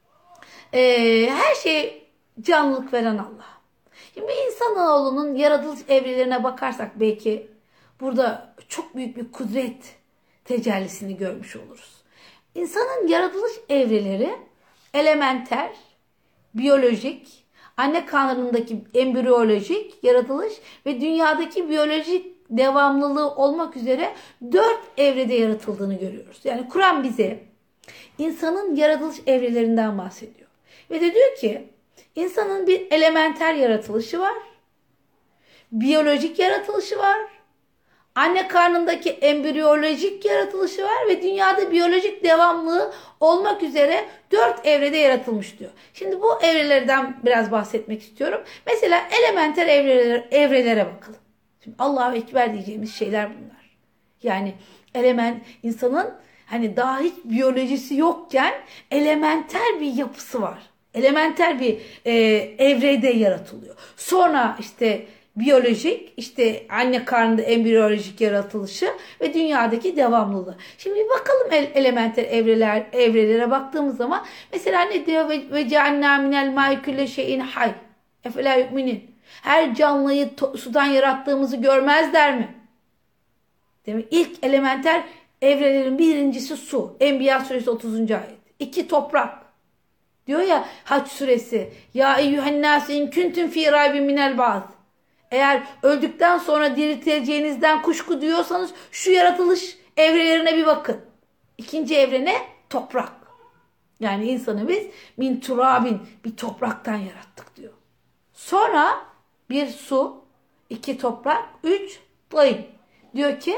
her şeye canlılık veren Allah. Şimdi insanoğlunun yaratılış evrelerine bakarsak belki burada çok büyük bir kudret tecellisini görmüş oluruz. İnsanın yaratılış evreleri elementer, biyolojik, anne karnındaki embriyolojik yaratılış ve dünyadaki biyolojik devamlılığı olmak üzere 4 evrede yaratıldığını görüyoruz. Yani Kur'an bize insanın yaratılış evrelerinden bahsediyor. Ve de diyor ki insanın bir elementer yaratılışı var, biyolojik yaratılışı var, anne karnındaki embriyolojik yaratılışı var ve dünyada biyolojik devamlılığı olmak üzere 4 evrede yaratılmış diyor. Şimdi bu evrelerden biraz bahsetmek istiyorum. Mesela elementer evrelere bakalım. Şimdi Allahu Ekber diyeceğimiz şeyler bunlar. Yani insanın hani daha hiç biyolojisi yokken elementer bir yapısı var. Elementer bir evrede yaratılıyor. Sonra işte biyolojik, işte anne karnında embriyolojik yaratılışı ve dünyadaki devamlılığı. Şimdi bir bakalım elementer evrelere baktığımız zaman mesela ne diyor? Ve cealnâ minel mâi külle şeyin hay. Efelâ yu'minin. Her canlıyı sudan yarattığımızı görmezler mi? Demek ilk elementer evrelerin birincisi su. Enbiya suresi 30. ayet. 2 toprak. Diyor ya Hac suresi. Ya eyyühennâs in kuntum fî raybin minel ba'd. Eğer öldükten sonra diriltileceğinizden kuşku duyuyorsanız şu yaratılış evrelerine bir bakın. İkinci evrene toprak. Yani insanı biz min turabin, bir topraktan yarattık diyor. Sonra bir su, 2 toprak, 3 tayın. Diyor ki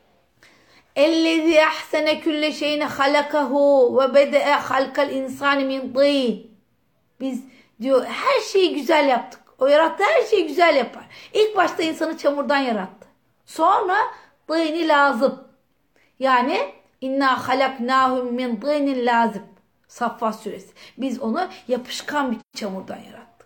اَلَّذِي اَحْسَنَ كُلَّ شَيْنَ خَلَقَهُ وَبَدَأَ خَلْقَ الْاِنْسَانِ مِنْ طِينٍ. Biz diyor her şeyi güzel yaptık. O yarattığı her şeyi güzel yapar. İlk başta insanı çamurdan yarattı. Sonra tîni lazım. Yani inna halaknahum min tînin lazım. Saffat suresi. Biz onu yapışkan bir çamurdan yarattık.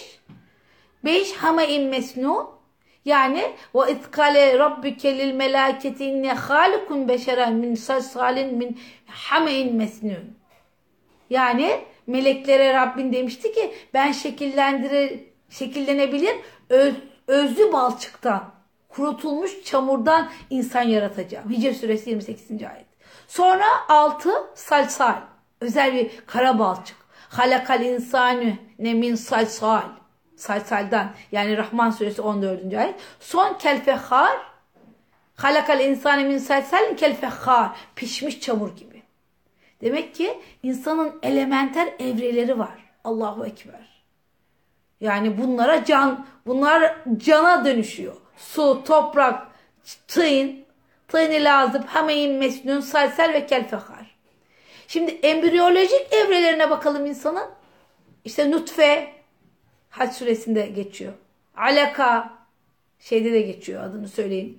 5 hame'in mesnun. Yani ve itkale rabbuke lil melâketi inne hâlikun beşeren min salsalin min hame'in mesnun. Yani meleklere Rabbin demişti ki ben şekillenebilir özlü balçıktan, kurutulmuş çamurdan insan yaratacağım. Hicr suresi 28. ayet. Sonra 6 salsal, özel bir kara balçık. Halakal insanü ne min salsal. salsaldan, yani Rahman suresi 14. ayet. Son kelfehar, halakal insane min salsalin kelfehar, pişmiş çamur gibi. Demek ki insanın elementer evreleri var. Allahu Ekber. Yani bunlar cana dönüşüyor. Su, toprak, tıyın, tıyın-ı lazım, hameyin mesnun, salsal ve kelfehar. Şimdi embriyolojik evrelerine bakalım insanın. İşte nutfe, Hac suresinde geçiyor. Alaka, şeyde de geçiyor, adını söyleyeyim.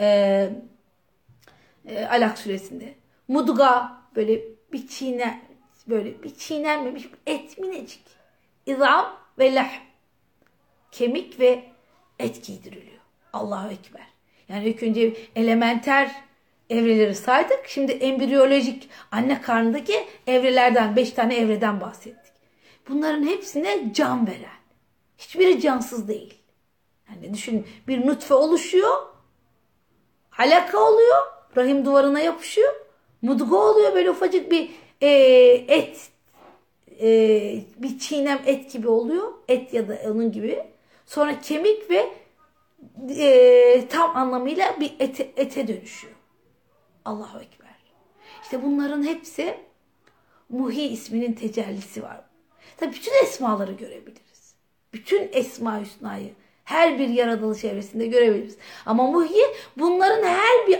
Alak suresinde. Mudga, böyle bir çiğnenmemiş et, minecik. İzam ve lahm, kemik ve et giydiriliyor. Allahu Ekber. Yani ilk önce elementer evreleri saydık. Şimdi embriyolojik, anne karnındaki evrelerden, 5 tane evreden bahsettik. Bunların hepsine can veren. Hiçbiri cansız değil. Yani düşünün, bir nutfe oluşuyor. Alaka oluyor. Rahim duvarına yapışıyor. Mudga oluyor. Böyle ufacık bir et. Bir çiğnem et gibi oluyor. Et ya da onun gibi. Sonra kemik ve tam anlamıyla bir ete dönüşüyor. Allahu Ekber. İşte bunların hepsi Muhi isminin tecellisi var. Tabii bütün esmaları görebiliriz. Bütün Esma-i Hüsna'yı her bir yaratılış evresinde görebiliriz. Ama Muhi bunların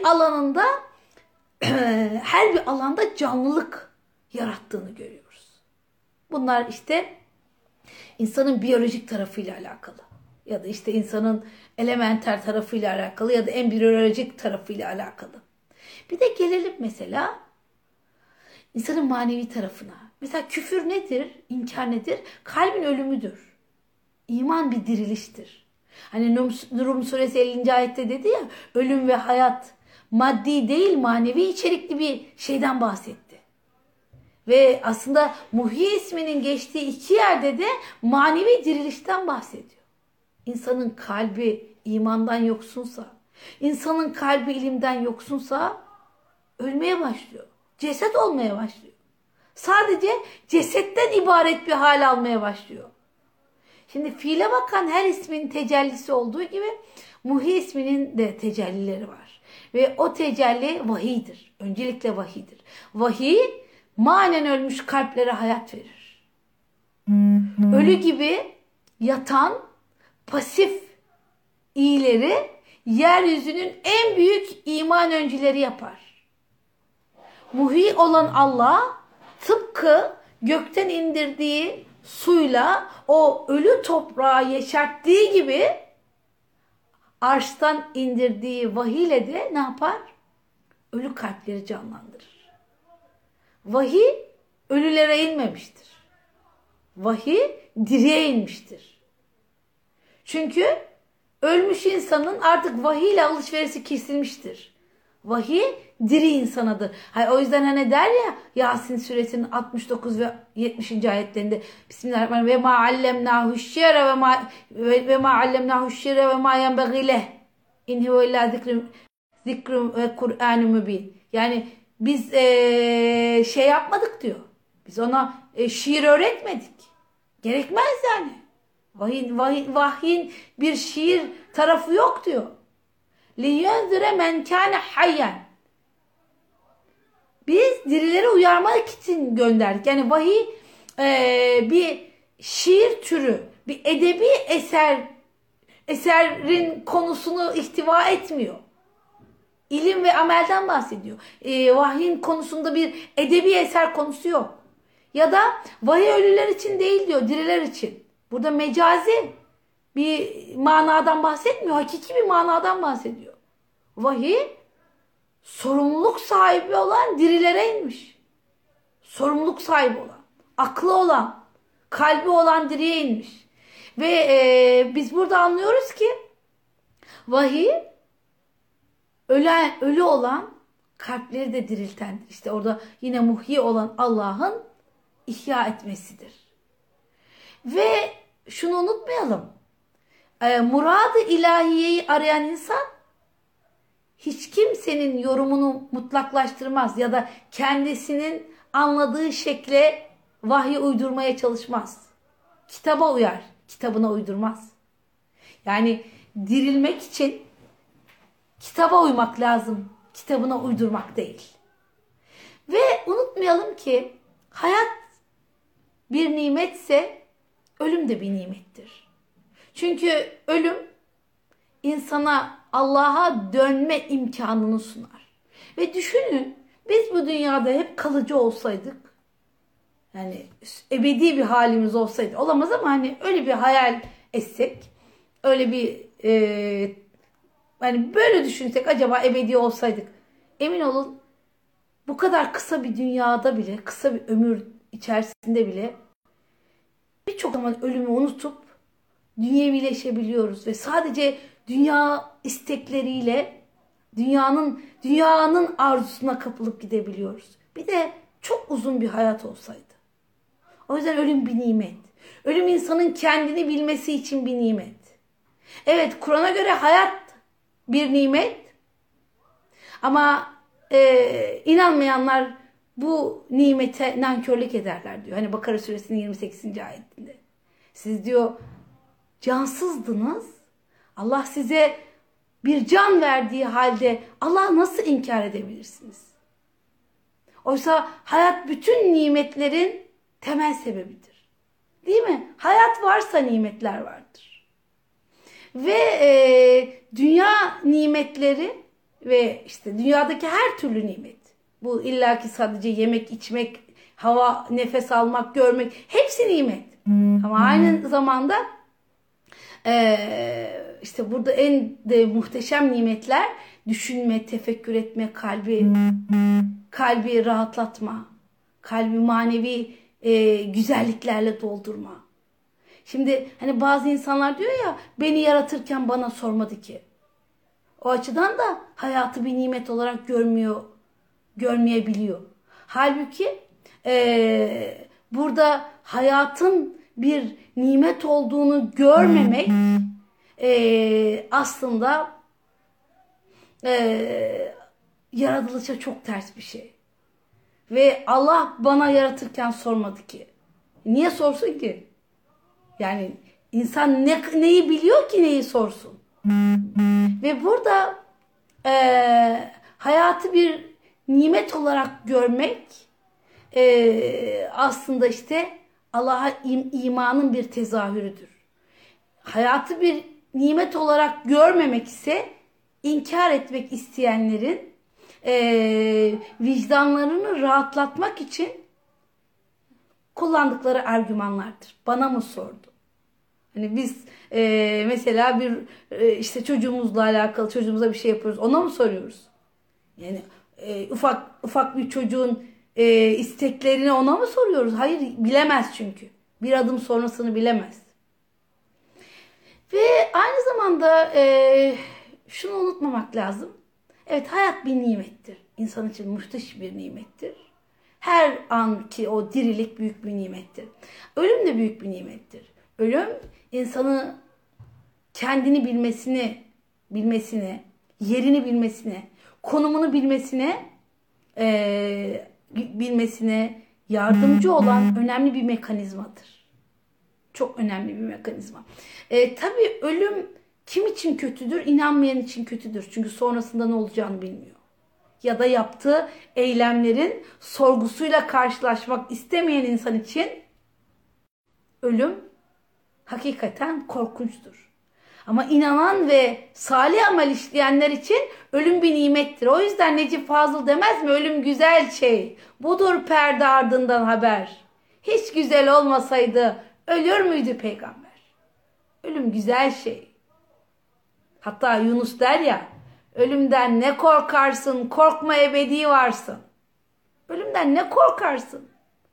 her bir alanda canlılık yarattığını görüyoruz. Bunlar işte insanın biyolojik tarafıyla alakalı. Ya da işte insanın elementer tarafıyla alakalı ya da embriyolojik tarafıyla alakalı. Bir de gelelim mesela insanın manevi tarafına. Mesela küfür nedir? İnkar nedir? Kalbin ölümüdür. İman bir diriliştir. Hani Rum suresi 50. ayette dedi ya, ölüm ve hayat maddi değil manevi içerikli bir şeyden bahsetti. Ve aslında Muhyi isminin geçtiği 2 yerde de manevi dirilişten bahsediyor. İnsanın kalbi imandan yoksunsa, insanın kalbi ilimden yoksunsa ölmeye başlıyor. Ceset olmaya başlıyor. Sadece cesetten ibaret bir hal almaya başlıyor. Şimdi fiile bakan her ismin tecellisi olduğu gibi Muhi isminin de tecellileri var. Ve o tecelli vahiydir. Öncelikle vahiydir. Vahiy manen ölmüş kalplere hayat verir. Ölü gibi yatan pasif iyileri yeryüzünün en büyük iman öncüleri yapar. Muhi olan Allah tıpkı gökten indirdiği suyla o ölü toprağı yeşerttiği gibi arştan indirdiği vahiyle de ne yapar? Ölü kalpleri canlandırır. Vahiy ölülere inmemiştir. Vahiy diriye inmiştir. Çünkü ölmüş insanın artık vahiy ile alışverişi kesilmiştir. Vahiy diri insanadır. O yüzden hani der ya Yasin suresinin 69 ve 70. ayetlerinde Bismillahirrahmanirrahim ve ma allemnahu şi're ve ma allemnahu şi're ve ma yenbagî leh in huve illa zikrun ve Kur'an-ı mübin. Yani biz şey yapmadık diyor. Biz ona şiir öğretmedik. Gerekmez yani. Vahyin bir şiir tarafı yok diyor. لِيَنْذِرَ مَنْ كَانَ حَيًّا. Biz dirileri uyarmak için gönderdik. Yani vahiy bir şiir türü, bir edebi eserin konusunu ihtiva etmiyor. İlim ve amelden bahsediyor. Vahyin konusunda bir edebi eser konusu yok. Ya da vahiy ölüler için değil diyor, diriler için. Burada mecazi bir manadan bahsetmiyor. Hakiki bir manadan bahsediyor. Vahiy sorumluluk sahibi olan dirilere inmiş. Sorumluluk sahibi olan, aklı olan, kalbi olan diriye inmiş. Ve biz burada anlıyoruz ki vahiy ölü olan kalpleri de diriltendir. İşte orada yine muhyi olan Allah'ın ihya etmesidir. Ve şunu unutmayalım. Murad-ı ilahiyeyi arayan insan hiç kimsenin yorumunu mutlaklaştırmaz ya da kendisinin anladığı şekle vahyi uydurmaya çalışmaz. Kitaba uyar. kitabına uydurmaz. Yani dirilmek için kitaba uymak lazım. Kitabına uydurmak değil. Ve unutmayalım ki hayat bir nimetse ölüm de bir nimettir. Çünkü ölüm insana Allah'a dönme imkanını sunar. Ve düşünün, biz bu dünyada hep kalıcı olsaydık, yani ebedi bir halimiz olsaydı, olamaz ama hani öyle bir hayal etsek, öyle bir hani böyle düşünsek, acaba ebedi olsaydık, emin olun bu kadar kısa bir dünyada bile, kısa bir ömür içerisinde bile birçok zaman ölümü unutup dünyevileşebiliyoruz ve sadece dünya istekleriyle dünyanın arzusuna kapılıp gidebiliyoruz. Bir de çok uzun bir hayat olsaydı. O yüzden ölüm bir nimet. Ölüm insanın kendini bilmesi için bir nimet. Evet, Kur'an'a göre hayat bir nimet. Ama inanmayanlar bu nimete nankörlük ederler diyor. Hani Bakara suresinin 28. ayetinde. Siz diyor cansızdınız. Allah size bir can verdiği halde Allah'ı nasıl inkar edebilirsiniz? Oysa hayat bütün nimetlerin temel sebebidir. Değil mi? Hayat varsa nimetler vardır. Ve dünya nimetleri ve işte dünyadaki her türlü nimet. Bu illaki sadece yemek, içmek, hava, nefes almak, görmek, hepsi nimet. Ama aynı zamanda işte burada en de muhteşem nimetler düşünme, tefekkür etme, kalbi rahatlatma, kalbi manevi güzelliklerle doldurma. Şimdi hani bazı insanlar diyor ya, beni yaratırken bana sormadı ki. O açıdan da hayatı bir nimet olarak görmeyebiliyor. Halbuki burada hayatın bir nimet olduğunu görmemek aslında yaratılışa çok ters bir şey. Ve Allah bana yaratırken sormadı ki. Niye sorsun ki? Yani insan neyi biliyor ki neyi sorsun? Ve burada hayatı bir nimet olarak görmek aslında işte Allah'a imanın bir tezahürüdür. Hayatı bir nimet olarak görmemek ise inkar etmek isteyenlerin vicdanlarını rahatlatmak için kullandıkları argümanlardır. Bana mı sordu? Hani biz mesela bir işte çocuğumuzla alakalı, çocuğumuza bir şey yapıyoruz. Ona mı soruyoruz? Yani ufak bir çocuğun isteklerini ona mı soruyoruz? Hayır, bilemez çünkü. Bir adım sonrasını bilemez. Ve aynı zamanda şunu unutmamak lazım. Evet, hayat bir nimettir. İnsan için muhteşem bir nimettir. Her anki o dirilik büyük bir nimettir. Ölüm de büyük bir nimettir. Ölüm insanı kendini bilmesine, yerini bilmesine, konumunu bilmesine yardımcı olan önemli bir mekanizmadır. Çok önemli bir mekanizma. Tabii ölüm kim için kötüdür? İnanmayan için kötüdür. Çünkü sonrasında ne olacağını bilmiyor. Ya da yaptığı eylemlerin sorgusuyla karşılaşmak istemeyen insan için ölüm hakikaten korkunçtur. Ama inanan ve salih amel işleyenler için ölüm bir nimettir. O yüzden Necip Fazıl demez mi? Ölüm güzel şey. Budur perde ardından haber. Hiç güzel olmasaydı ölür müydü peygamber? Ölüm güzel şey. Hatta Yunus der ya, ölümden ne korkarsın, korkma ebedi varsın. Ölümden ne korkarsın?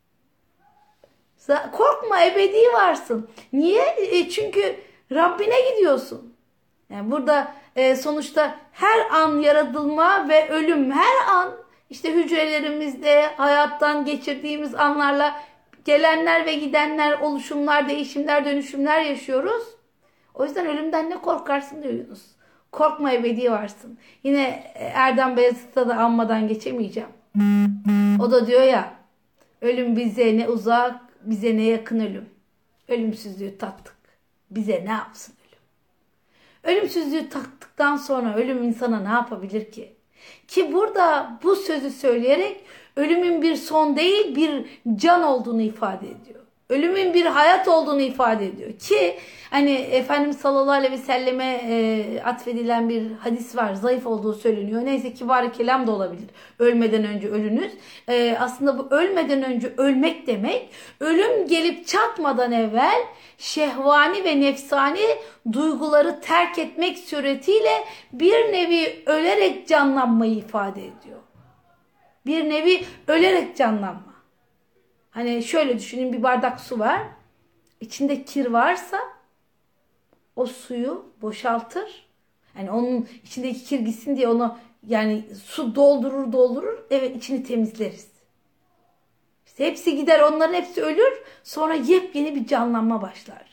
Korkma ebedi varsın. Niye? Çünkü Rabbine gidiyorsun. Yani burada sonuçta her an yaratılma ve ölüm, her an işte hücrelerimizde hayattan geçirdiğimiz anlarla gelenler ve gidenler, oluşumlar, değişimler, dönüşümler yaşıyoruz. O yüzden ölümden ne korkarsın diyor Yunus. Korkma ebedi varsın. Yine Erdem Beyazıt'ta da anmadan geçemeyeceğim. O da diyor ya, ölüm bize ne uzak, bize ne yakın ölüm. Ölümsüzlüğü tattık. Bize ne yapsın ölüm? Ölümsüzlüğü taktıktan sonra ölüm insana ne yapabilir ki? Ki burada bu sözü söyleyerek ölümün bir son değil bir can olduğunu ifade ediyor. Ölümün bir hayat olduğunu ifade ediyor. Ki hani Efendimiz sallallahu aleyhi ve selleme atfedilen bir hadis var. Zayıf olduğu söyleniyor. Neyse kibar-ı kelam da olabilir. Ölmeden önce ölünüz. Aslında bu ölmeden önce ölmek demek. Ölüm gelip çatmadan evvel şehvani ve nefsani duyguları terk etmek suretiyle bir nevi ölerek canlanmayı ifade ediyor. Bir nevi ölerek canlanma. Hani şöyle düşünün, bir bardak su var. İçinde kir varsa o suyu boşaltır. Yani onun içindeki kir gitsin diye onu yani su doldurur. Evet, içini temizleriz. İşte hepsi gider, onların hepsi ölür. Sonra yepyeni bir canlanma başlar.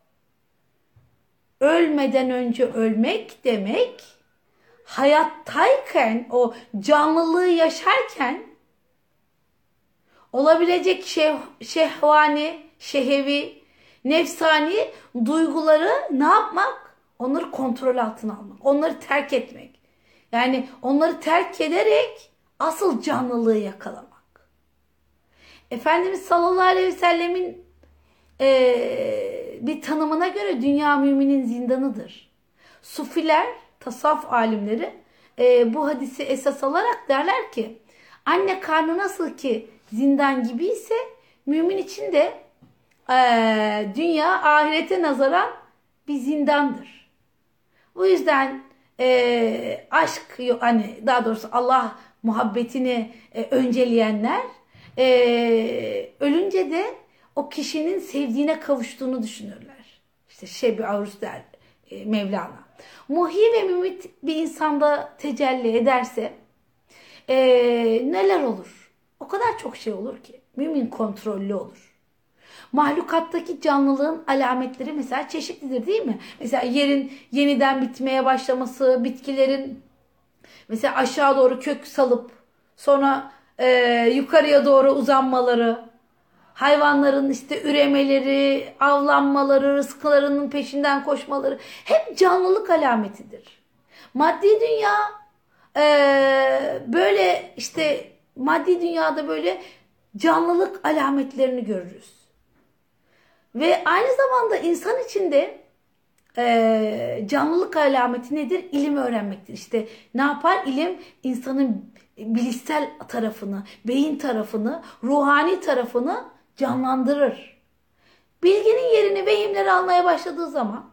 Ölmeden önce ölmek demek, hayattayken, o canlılığı yaşarken olabilecek şehvani, şehevi, nefsani duyguları ne yapmak? Onları kontrol altına almak. Onları terk etmek. Yani onları terk ederek asıl canlılığı yakalamak. Efendimiz sallallahu aleyhi ve sellemin bir tanımına göre dünya müminin zindanıdır. Sufiler, tasavvuf alimleri bu hadisi esas alarak derler ki anne karnı nasıl ki zindan gibi ise mümin için de dünya ahirete nazaran bir zindandır. Bu yüzden aşk, hani daha doğrusu Allah muhabbetini önceleyenler ölünce de o kişinin sevdiğine kavuştuğunu düşünürler. İşte Şebi Arus der Mevlana. Muhyi ve mümit bir insanda tecelli ederse neler olur? O kadar çok şey olur ki. Mümin kontrollü olur. Mahlukattaki canlılığın alametleri mesela çeşitlidir, değil mi? Mesela yerin yeniden bitmeye başlaması, bitkilerin mesela aşağı doğru kök salıp sonra yukarıya doğru uzanmaları, hayvanların işte üremeleri, avlanmaları, rızklarının peşinden koşmaları hep canlılık alametidir. Maddi dünya böyle işte maddi dünyada böyle canlılık alametlerini görürüz. Ve aynı zamanda insan içinde canlılık alameti nedir? İlim öğrenmektir. İşte ne yapar? İlim insanın bilişsel tarafını, beyin tarafını, ruhani tarafını canlandırır. Bilginin yerini vehimler almaya başladığı zaman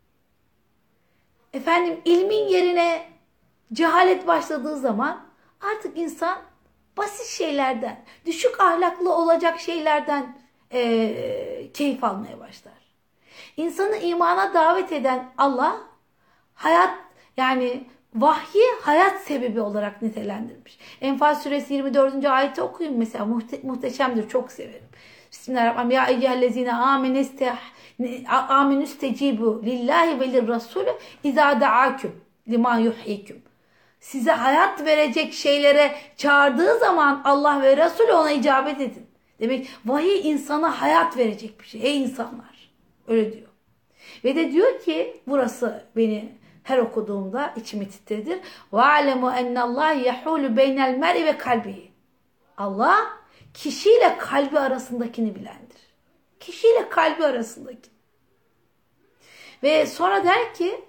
ilmin yerine cehalet başladığı zaman artık insan basit şeylerden, düşük ahlaklı olacak şeylerden keyif almaya başlar. İnsanı imana davet eden Allah hayat, yani vahyi hayat sebebi olarak nitelendirmiş. Enfal suresi 24. ayeti okuyun mesela, muhteşemdir, çok severim. Bismillahirrahmanirrahim. Ya eyyühellezine amenü stecibu lillahi ve lirrasulü izâ da'âküm limâ yuhîküm. Size hayat verecek şeylere çağırdığı zaman Allah ve Resulü ona icabet edin. Demek vahiy insana hayat verecek bir şey. Ey insanlar. Öyle diyor. Ve de diyor ki, burası beni her okuduğumda içimi titredir. وَعَلَمُوا اَنَّ اللّٰهِ يَحُولُ بَيْنَ الْمَرْءِ وَكَلْبِهِ. Allah kişiyle kalbi arasındakini bilendir. Kişiyle kalbi arasındaki. Ve sonra der ki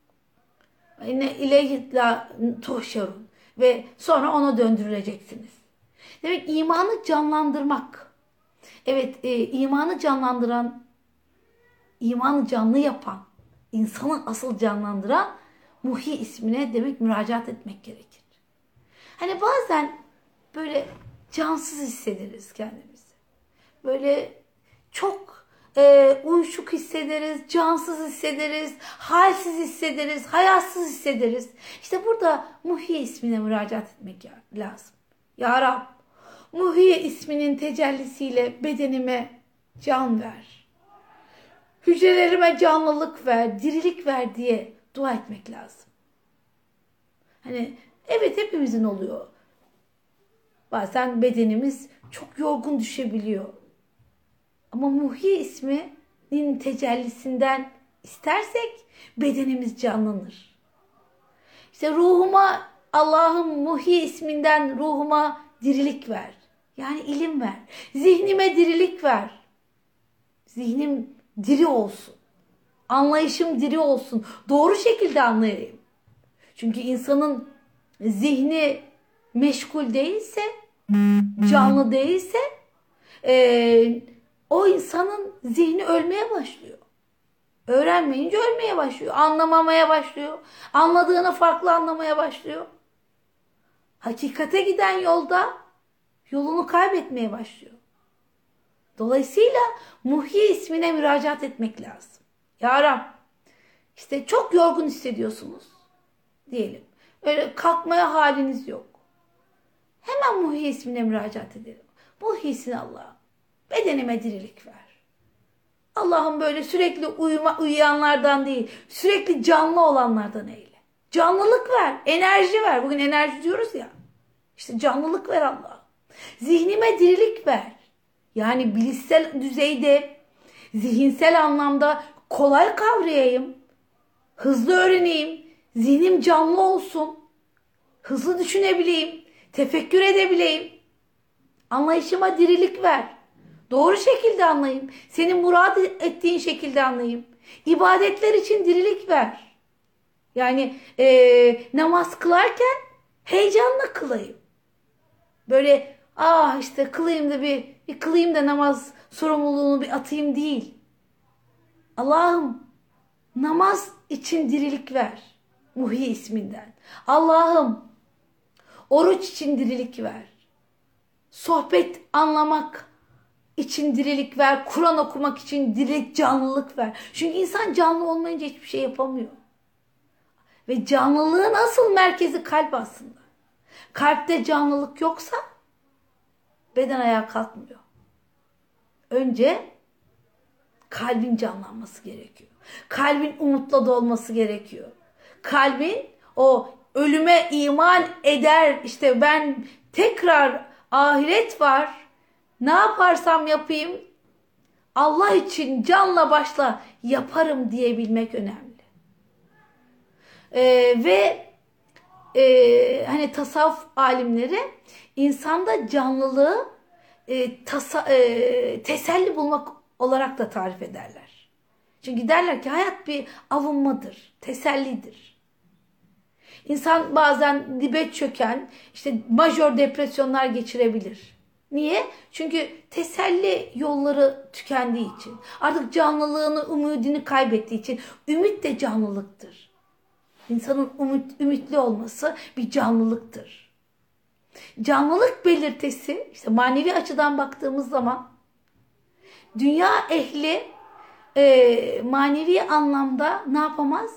İleyhi la tuhşerun, ve sonra ona döndürüleceksiniz. Demek imanı canlandırmak. Evet, imanı canlandıran, imanı canlı yapan, insanı asıl canlandıran Muhyi ismine demek müracaat etmek gerekir. Hani bazen böyle cansız hissederiz kendimizi. Böyle çok uyuşuk hissederiz, cansız hissederiz, halsiz hissederiz, hayatsız hissederiz. İşte burada Muhyi ismine müracaat etmek lazım. Ya Rab, Muhyi isminin tecellisiyle bedenime can ver. Hücrelerime canlılık ver, dirilik ver diye dua etmek lazım. Hani evet, hepimizin oluyor. Bazen bedenimiz çok yorgun düşebiliyor. Ama Muhyi ismi muhinin tecellisinden istersek bedenimiz canlanır. İşte ruhuma, Allah'ın Muhyi isminden ruhuma dirilik ver. Yani ilim ver. Zihnime dirilik ver. Zihnim diri olsun. Anlayışım diri olsun. Doğru şekilde anlayayım. Çünkü insanın zihni meşgul değilse, canlı değilse o insanın zihni ölmeye başlıyor. Öğrenmeyince ölmeye başlıyor. Anlamamaya başlıyor. Anladığını farklı anlamaya başlıyor. Hakikate giden yolda yolunu kaybetmeye başlıyor. Dolayısıyla Muhyi ismine müracaat etmek lazım. Ya Rab, işte çok yorgun hissediyorsunuz diyelim. Öyle kalkmaya haliniz yok. Hemen Muhyi ismine müracaat edelim. Muhyisin Allah'ım. Bedenime dirilik ver. Allah'ım böyle sürekli uyuyanlardan değil, sürekli canlı olanlardan eyle. Canlılık ver, enerji ver. Bugün enerji diyoruz ya. İşte canlılık ver Allah'ım. Zihnime dirilik ver. Yani bilişsel düzeyde, zihinsel anlamda kolay kavrayayım. Hızlı öğreneyim. Zihnim canlı olsun. Hızlı düşünebileyim. Tefekkür edebileyim. Anlayışıma dirilik ver. Doğru şekilde anlayayım. Senin murad ettiğin şekilde anlayayım. İbadetler için dirilik ver. Yani namaz kılarken heyecanla kılayım. Böyle işte kılayım da bir kılayım da namaz sorumluluğunu bir atayım değil. Allah'ım namaz için dirilik ver. Muhyi isminden. Allah'ım oruç için dirilik ver. Sohbet anlamak için dirilik ver. Kur'an okumak için dirilik, canlılık ver. Çünkü insan canlı olmayınca hiçbir şey yapamıyor. Ve canlılığın asıl merkezi kalp aslında. Kalpte canlılık yoksa beden ayağa kalkmıyor. Önce kalbin canlanması gerekiyor. Kalbin umutla dolması gerekiyor. Kalbin o ölüme iman eder, işte ben tekrar ahiret var, ne yaparsam yapayım Allah için canla başla yaparım diyebilmek önemli. Hani tasavvuf alimleri insanda canlılığı teselli bulmak olarak da tarif ederler. Çünkü derler ki hayat bir avunmadır, tesellidir. İnsan bazen dibe çöken, işte majör depresyonlar geçirebilir. Niye? Çünkü teselli yolları tükendiği için. Artık canlılığını, umudunu kaybettiği için. Ümit de canlılıktır. İnsanın ümitli olması bir canlılıktır. Canlılık belirtisi, işte manevi açıdan baktığımız zaman dünya ehli manevi anlamda ne yapamaz?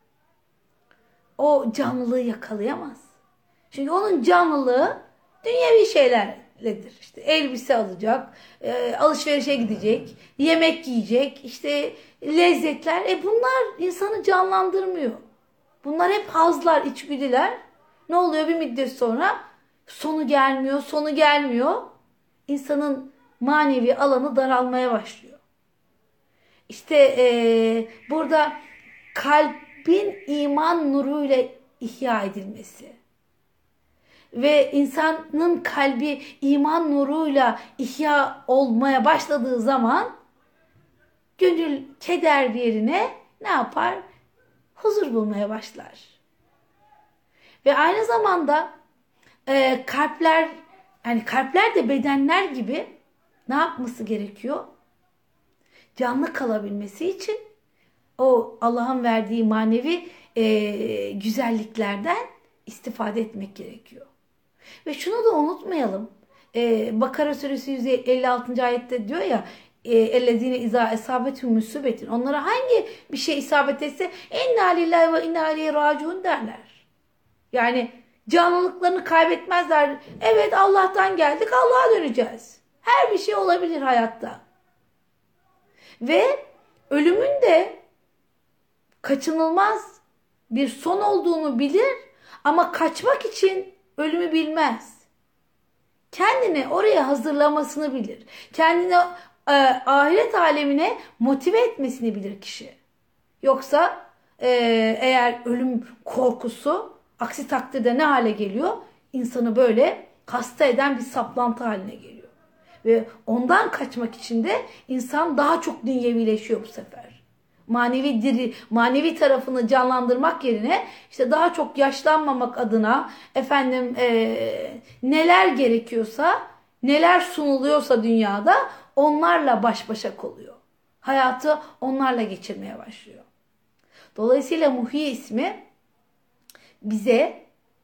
O canlılığı yakalayamaz. Çünkü onun canlılığı dünyevi şeylerledir. İşte elbise alacak, alışverişe gidecek, yemek yiyecek, işte lezzetler. Bunlar insanı canlandırmıyor. Bunlar hep hazlar, içgüdüler. Ne oluyor bir müddet sonra? Sonu gelmiyor. İnsanın manevi alanı daralmaya başlıyor. İşte burada kalbin iman nuruyla ihya edilmesi ve insanın kalbi iman nuruyla ihya olmaya başladığı zaman gönül keder yerine ne yapar? Huzur bulmaya başlar. Ve aynı zamanda kalpler de bedenler gibi ne yapması gerekiyor? Canlı kalabilmesi için o Allah'ın verdiği manevi güzelliklerden istifade etmek gerekiyor. Ve şunu da unutmayalım. Bakara suresi 156. ayette diyor ya اَلَّذ۪ينَ اِذَا اَسَابَتْهُمْ مُسُّبَةٍ onlara hangi bir şey isabet etse اِنَّا لِلّٰهِ وَاِنَّا عَلَيْهِ رَاجُونَ derler. Yani canlılıklarını kaybetmezler. Evet Allah'tan geldik, Allah'a döneceğiz. Her bir şey olabilir hayatta. Ve ölümün de kaçınılmaz bir son olduğunu bilir ama kaçmak için ölümü bilmez. Kendini oraya hazırlamasını bilir. Kendini ahiret alemine motive etmesini bilir kişi. Yoksa eğer ölüm korkusu aksi takdirde ne hale geliyor? İnsanı böyle hasta eden bir saplantı haline geliyor. Ve ondan kaçmak için de insan daha çok dünyevileşiyor bu sefer. Manevi tarafını canlandırmak yerine işte daha çok yaşlanmamak adına neler gerekiyorsa, neler sunuluyorsa dünyada onlarla baş başa kalıyor. Hayatı onlarla geçirmeye başlıyor. Dolayısıyla Muhyi ismi bize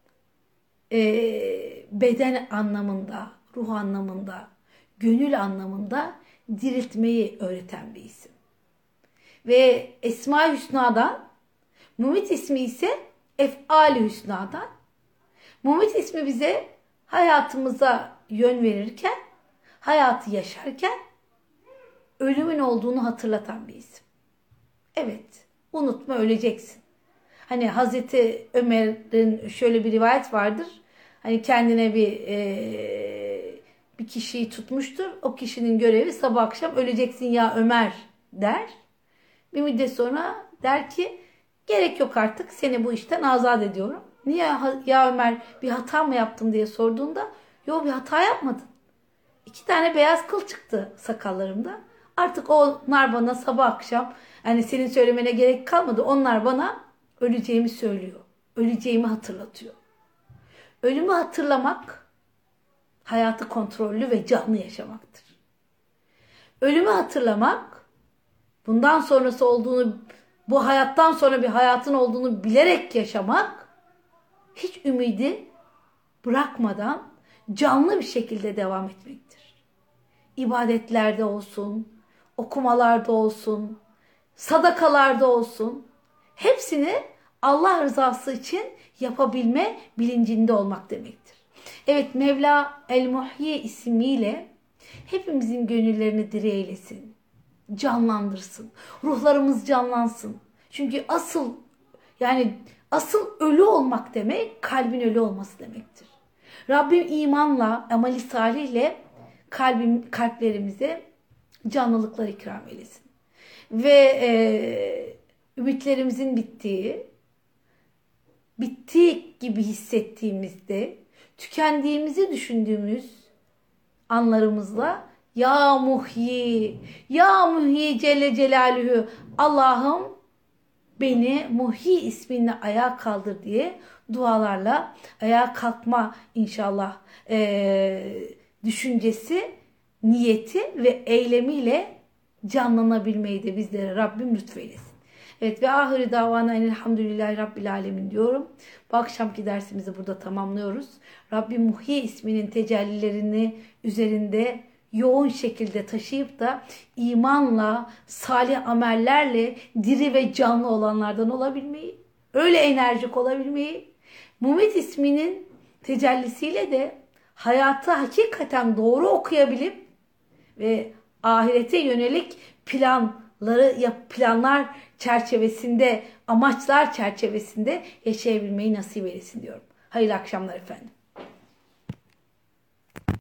beden anlamında, ruh anlamında, gönül anlamında diriltmeyi öğreten bir isim. Ve Esma-i Hüsna'dan, Mumit ismi ise Ef'al-i Hüsna'dan. Mumit ismi bize hayatımıza yön verirken, hayatı yaşarken ölümün olduğunu hatırlatan bir isim. Evet, unutma, öleceksin. Hani Hazreti Ömer'in şöyle bir rivayet vardır. Hani kendine bir kişiyi tutmuştur. O kişinin görevi sabah akşam öleceksin ya Ömer der. Bir müddet sonra der ki gerek yok artık, seni bu işten azat ediyorum. Niye ya Ömer, bir hata mı yaptım diye sorduğunda yok, bir hata yapmadın. 2 tane beyaz kıl çıktı sakallarımda. Artık onlar bana sabah akşam, hani senin söylemene gerek kalmadı. Onlar bana öleceğimi söylüyor. Öleceğimi hatırlatıyor. Ölümü hatırlamak hayatı kontrollü ve canlı yaşamaktır. Ölümü hatırlamak, bundan sonrası olduğunu, bu hayattan sonra bir hayatın olduğunu bilerek yaşamak, hiç ümidi bırakmadan canlı bir şekilde devam etmektir. İbadetlerde olsun, okumalarda olsun, sadakalarda olsun, hepsini Allah rızası için yapabilme bilincinde olmak demektir. Evet, Mevla El-Muhyi ismiyle hepimizin gönüllerini diri eylesin, canlandırsın, ruhlarımız canlansın. Çünkü asıl ölü olmak demek, kalbin ölü olması demektir. Rabbim imanla, amel-i salihle kalplerimize canlılıklar ikram eylesin. Ve ümitlerimizin bittiği gibi hissettiğimizde, tükendiğimizi düşündüğümüz anlarımızla Ya Muhyi, Ya Muhyi Celle Celaluhu, Allah'ım beni Muhyi isminle ayağa kaldır diye dualarla ayağa kalkma inşallah düşüncesi, niyeti ve eylemiyle canlanabilmeyi de bizlere Rabbim lütfeylesin. Evet, ve ahiri davana elhamdülillahi rabbil alemin diyorum. Bu akşamki dersimizi burada tamamlıyoruz. Rabbim Muhyi isminin tecellilerini üzerinde yoğun şekilde taşıyıp da imanla, salih amellerle diri ve canlı olanlardan olabilmeyi, öyle enerjik olabilmeyi, Mumit isminin tecellisiyle de hayatı hakikaten doğru okuyabilip ve ahirete yönelik planlar çerçevesinde, amaçlar çerçevesinde yaşayabilmeyi nasip eylesin diyorum. Hayırlı akşamlar efendim.